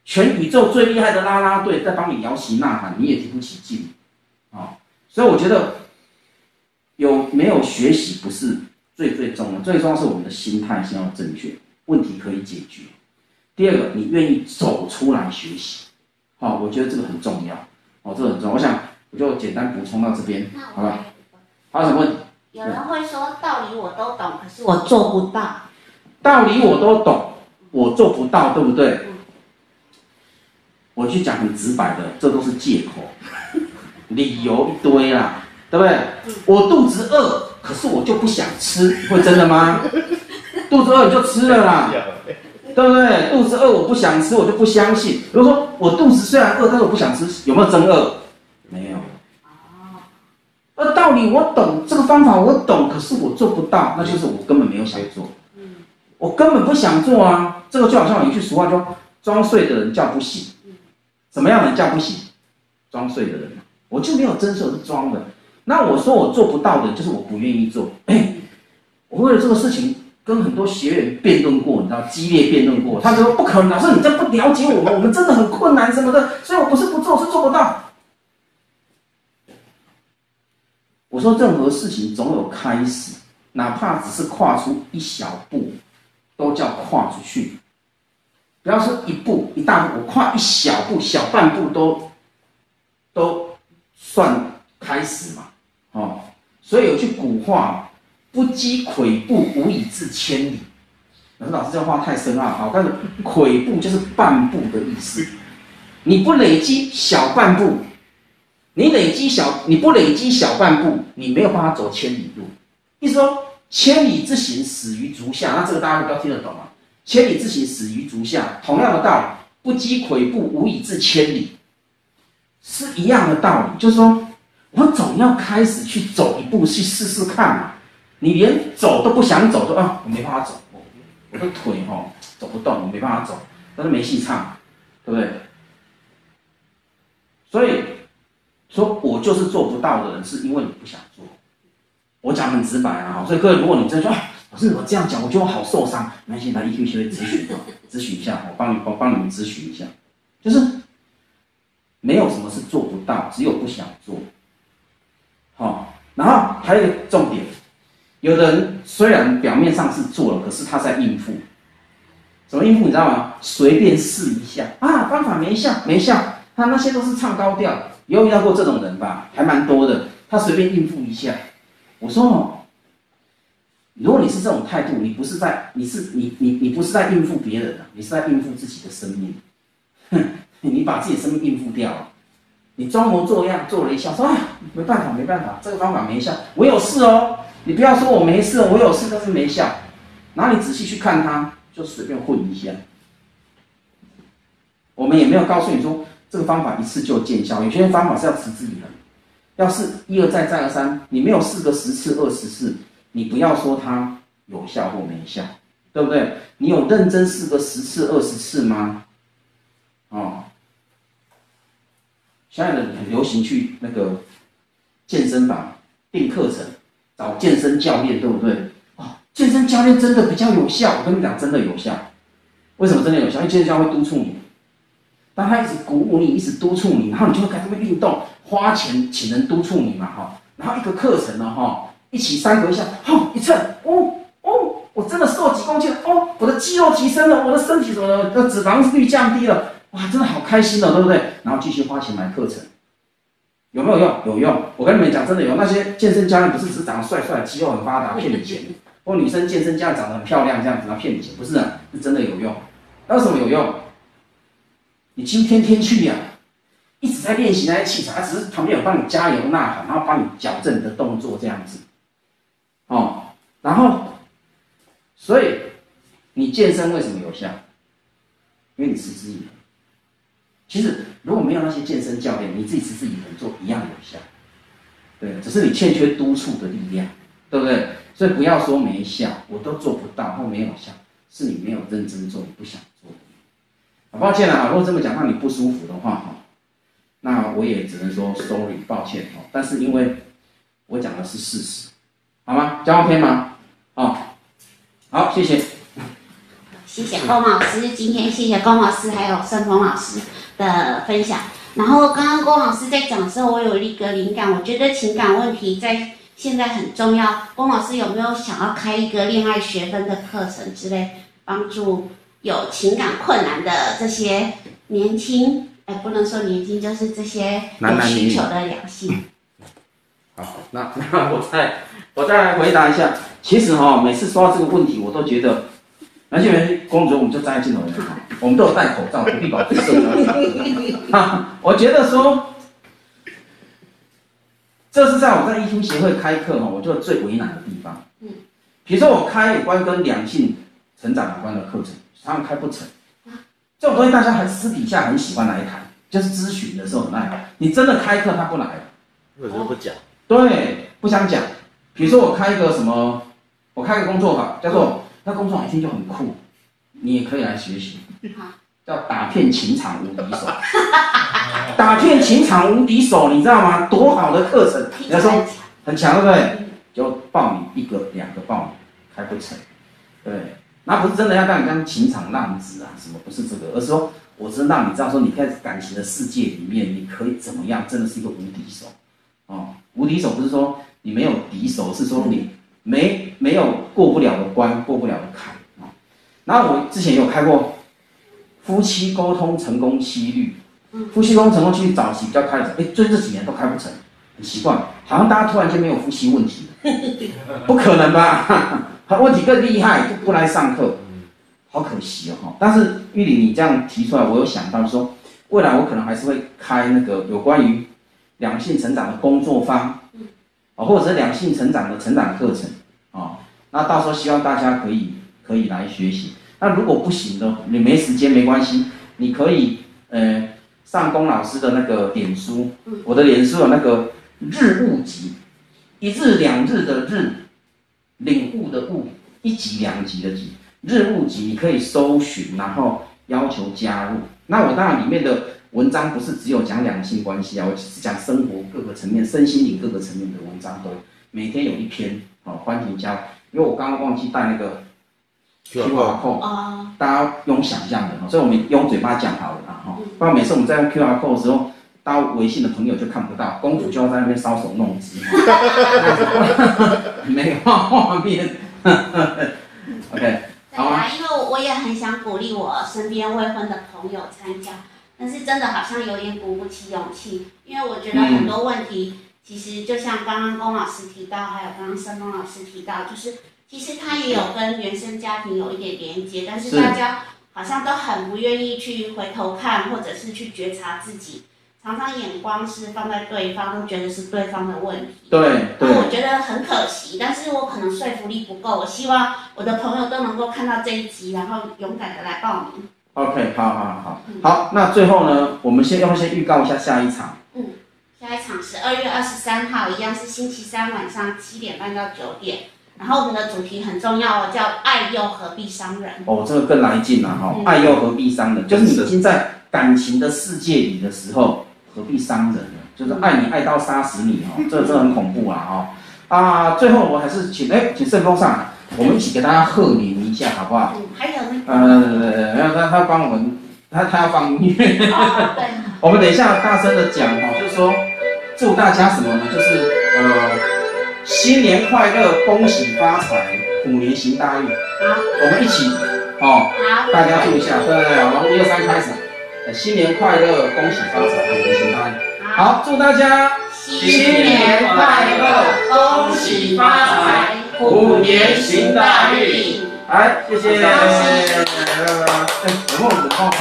全宇宙最厉害的啦啦队在帮你摇旗呐喊，你也提不起劲，啊，所以我觉得有没有学习不是最最重要，最重要是我们的心态先要正确，问题可以解决。第二个，你愿意走出来学习，好，我觉得这个很重要，哦，这个很重要。我想我就简单补充到这边，好吧？还有什么问题？ 有人会说道理我都懂，可是我做不到。 道理我都懂，我做不到，对不对？ 嗯、 我去讲很直白的，这都是借口，理由一堆啦，对不对？嗯、我肚子饿，可是我就不想吃，会真的吗？肚子饿你就吃了啦，对不对？肚子饿我不想吃，我就不相信。比如说我肚子虽然饿，但是我不想吃，有没有真饿？没有。而道理我懂，这个方法我懂，可是我做不到，那就是我根本没有想做。我根本不想做啊！这个就好像有一句俗话说：“装睡的人叫不醒。”什么样的人叫不醒？装睡的人，我就没有真睡，我是装的。那我说我做不到的，就是我不愿意做。哎，我为了这个事情跟很多学员辩论过，你知道，激烈辩论过。他说不可能，老师你这不了解我们，我们真的很困难什么的，所以我不是不做，是做不到。我说任何事情总有开始，哪怕只是跨出一小步。都叫跨出去，不要说一步一大步，我跨一小步、小半步都都算开始嘛，哦，所以有句古话，不积跬步，无以至千里。老师，老师这话太深奥，好，但是跬步就是半步的意思。你不累积小半步，你累积小，你不累积小半步，你没有办法走千里路。意思说。千里之行，始于足下。那这个大家都比较听得懂啊。千里之行，始于足下。同样的道理，不积跬步，无以至千里，是一样的道理。就是说，我总要开始去走一步，去试试看嘛。你连走都不想走，说啊，我没办法走，我我的腿哦走不动，我没办法走，但是没戏唱，对不对？所以说我就是做不到的人，是因为你不想做。我讲很直白啊，所以各位，如果你真说，啊，老师我这样讲，我觉得我好受伤，没关系，来 E Q 协会咨询，咨询一下，我帮你，我帮你们咨询一下，就是没有什么是做不到，只有不想做。好、哦，然后还有一个重点，有的人虽然表面上是做了，可是他在应付，怎么应付你知道吗？随便试一下啊，方法没效，没效，他那些都是唱高调，有遇到过这种人吧？还蛮多的，他随便应付一下。我说哦，如果你是这种态度，你不是在，你是你你你不是在应付别人啊，你是在应付自己的生命。哼，你把自己的生命应付掉了，你装模作样做了一下，说哎，没办法没办法，这个方法没效，我有事哦，你不要说我没事，我有事，但是没效。然后你仔细去看它，就随便混一下。我们也没有告诉你说这个方法一次就见效，有些方法是要持之以恒。要是一而再再而三，你没有试个十次二十次，你不要说它有效或没效，对不对？你有认真试个十次二十次吗？哦，现在的很流行去那个健身房订课程，找健身教练，对不对？哦，健身教练真的比较有效，我跟你讲，真的有效。为什么真的有效？因为健身教练会督促你，当他一直鼓舞你，一直督促你，然后你就会开始会运动。花钱请人督促你嘛，哈，然后一个课程呢，哈，一起三个一下，吼，一称，哦哦，我真的瘦几公斤了，哦，我的肌肉提升了，我的身体什么的脂肪率降低了，哇，真的好开心了，对不对？然后继续花钱买课程，有没有用？有用，我跟你们讲，真的有。那些健身教练不是只是长得帅帅，肌肉很发达骗你钱，或女生健身教练长得很漂亮这样子然后骗你钱，不是啊，是真的有用。那为什么有用？你今天天去呀、啊。一直在练习那些器材，他只是旁边有帮你加油呐喊，然后帮你矫正你的动作这样子，哦，然后，所以你健身为什么有效？因为你持之以恒。其实如果没有那些健身教练，你自己持之以恒做一样有效，对，只是你欠缺督促的力量，对不对？所以不要说没效，我都做不到或没有效，是你没有认真做，你不想做的。好抱歉啊，如果这么讲让你不舒服的话，哈。那我也只能说 sorry 抱歉哦，但是因为我讲的是事实，好吗？交换篇吗？哦，好，谢谢。 谢谢龚老师，今天谢谢龚老师还有盛峰老师的分享。然后刚刚龚老师在讲的时候，我有一个灵感，我觉得情感问题在现在很重要。龚老师有没有想要开一个恋爱学分的课程之类，帮助有情感困难的这些年轻，哎，不能说年轻，就是这些有需求的两性。 好，那那我再我再来回答一下。其实哈、哦，每次说到这个问题，我都觉得，男性人公主，我们就站在镜头前，我们都有戴口罩，不必把自己社交。啊，我觉得说，这是在我在 E Q 协会开课哈，我觉得最为难的地方。嗯，比如说我开有关跟两性成长有关的课程，他们开不成。这种东西大家还私底下很喜欢来谈，就是咨询的时候很爱谈。你真的开课他不来， 为什么不讲？ 对，不想讲。比如说我开一个什么，我开个工作坊，叫做那工作坊一听就很酷，你也可以来学习，叫打遍情场无敌手。打遍情场无敌手，你知道吗？多好的课程！人家说很强，对不对？就报你一个、两个报你，开不成，对。那不是真的要让你当情场浪子啊，什么不是这个，而是说我是让你知道说你在感情的世界里面，你可以怎么样，真的是一个无敌手。哦，无敌手不是说你没有敌手，是说你没没有过不了的关，过不了的坎啊。然后我之前有开过夫妻沟通成功七律，夫妻沟通成功七律早期比较开始，哎，最近这几年都开不成，很奇怪，好像大家突然间没有夫妻问题了，不可能吧？问题更厉害，就不来上课，好可惜哦。但是玉里你这样提出来，我有想到说，未来我可能还是会开那个有关于两性成长的工作坊，啊，或者是两性成长的成长课程啊。那到时候希望大家可以可以来学习。那如果不行的，你没时间没关系，你可以呃上龚老师的那个脸书，我的脸书有那个日悟集，一日两日的日。领悟的悟，一集两集的集，日悟集你可以搜寻，然后要求加入。那我当然里面的文章不是只有讲两性关系啊，我是讲生活各个层面、身心灵各个层面的文章都每天有一篇，好、哦、欢迎加入。因为我刚刚忘记带那个 Q R code， 大家用想象的，所以我们用嘴巴讲好了啊，哈，不然每次我们在用 Q R code 的时候。到微信的朋友就看不到，公主就要在那边搔首弄姿，没有画面。OK， 好啊。 因为我也很想鼓励我身边未婚的朋友参加，但是真的好像有点鼓不起勇气，因为我觉得很多问题，嗯、其实就像刚刚龚老师提到，还有刚刚盛峰老师提到，就是其实他也有跟原生家庭有一点连接，但是大家好像都很不愿意去回头看，或者是去觉察自己。常常眼光是放在对方，都觉得是对方的问题。 对对。 那我觉得很可惜，但是我可能说服力不够。我希望我的朋友都能够看到这一集，然后勇敢的来报名。 OK， 好好好，嗯、好，那最后呢，我们先要先预告一下下一场。 嗯，下一场是二月二十三号，一样是星期三晚上七点半到九点。然后我们的主题很重要哦，叫爱又何必伤人。 哦，这个更来劲了哈！嗯、爱又何必伤人，就是你已经在感情的世界里的时候。何必伤人呢？就是爱你爱到杀死你哦，这这很恐怖啦哦。啊，最后我还是请哎，请盛峰上来，我们一起给大家贺年一下好不好？ 嗯，还有那个呃，没有他他帮我们，他他要放音乐。 哦，对。 我们等一下大声的讲哈，就是说祝大家什么呢？就是呃新年快乐，恭喜发财，虎年行大运。好，我们一起哦，好，大家祝一下，对对对，我们一二三开始。新年快乐，恭喜发财，虎年行大运。好，祝大家新年快乐，恭喜发财，虎年行大运。 来，谢谢。哎，有没有有空？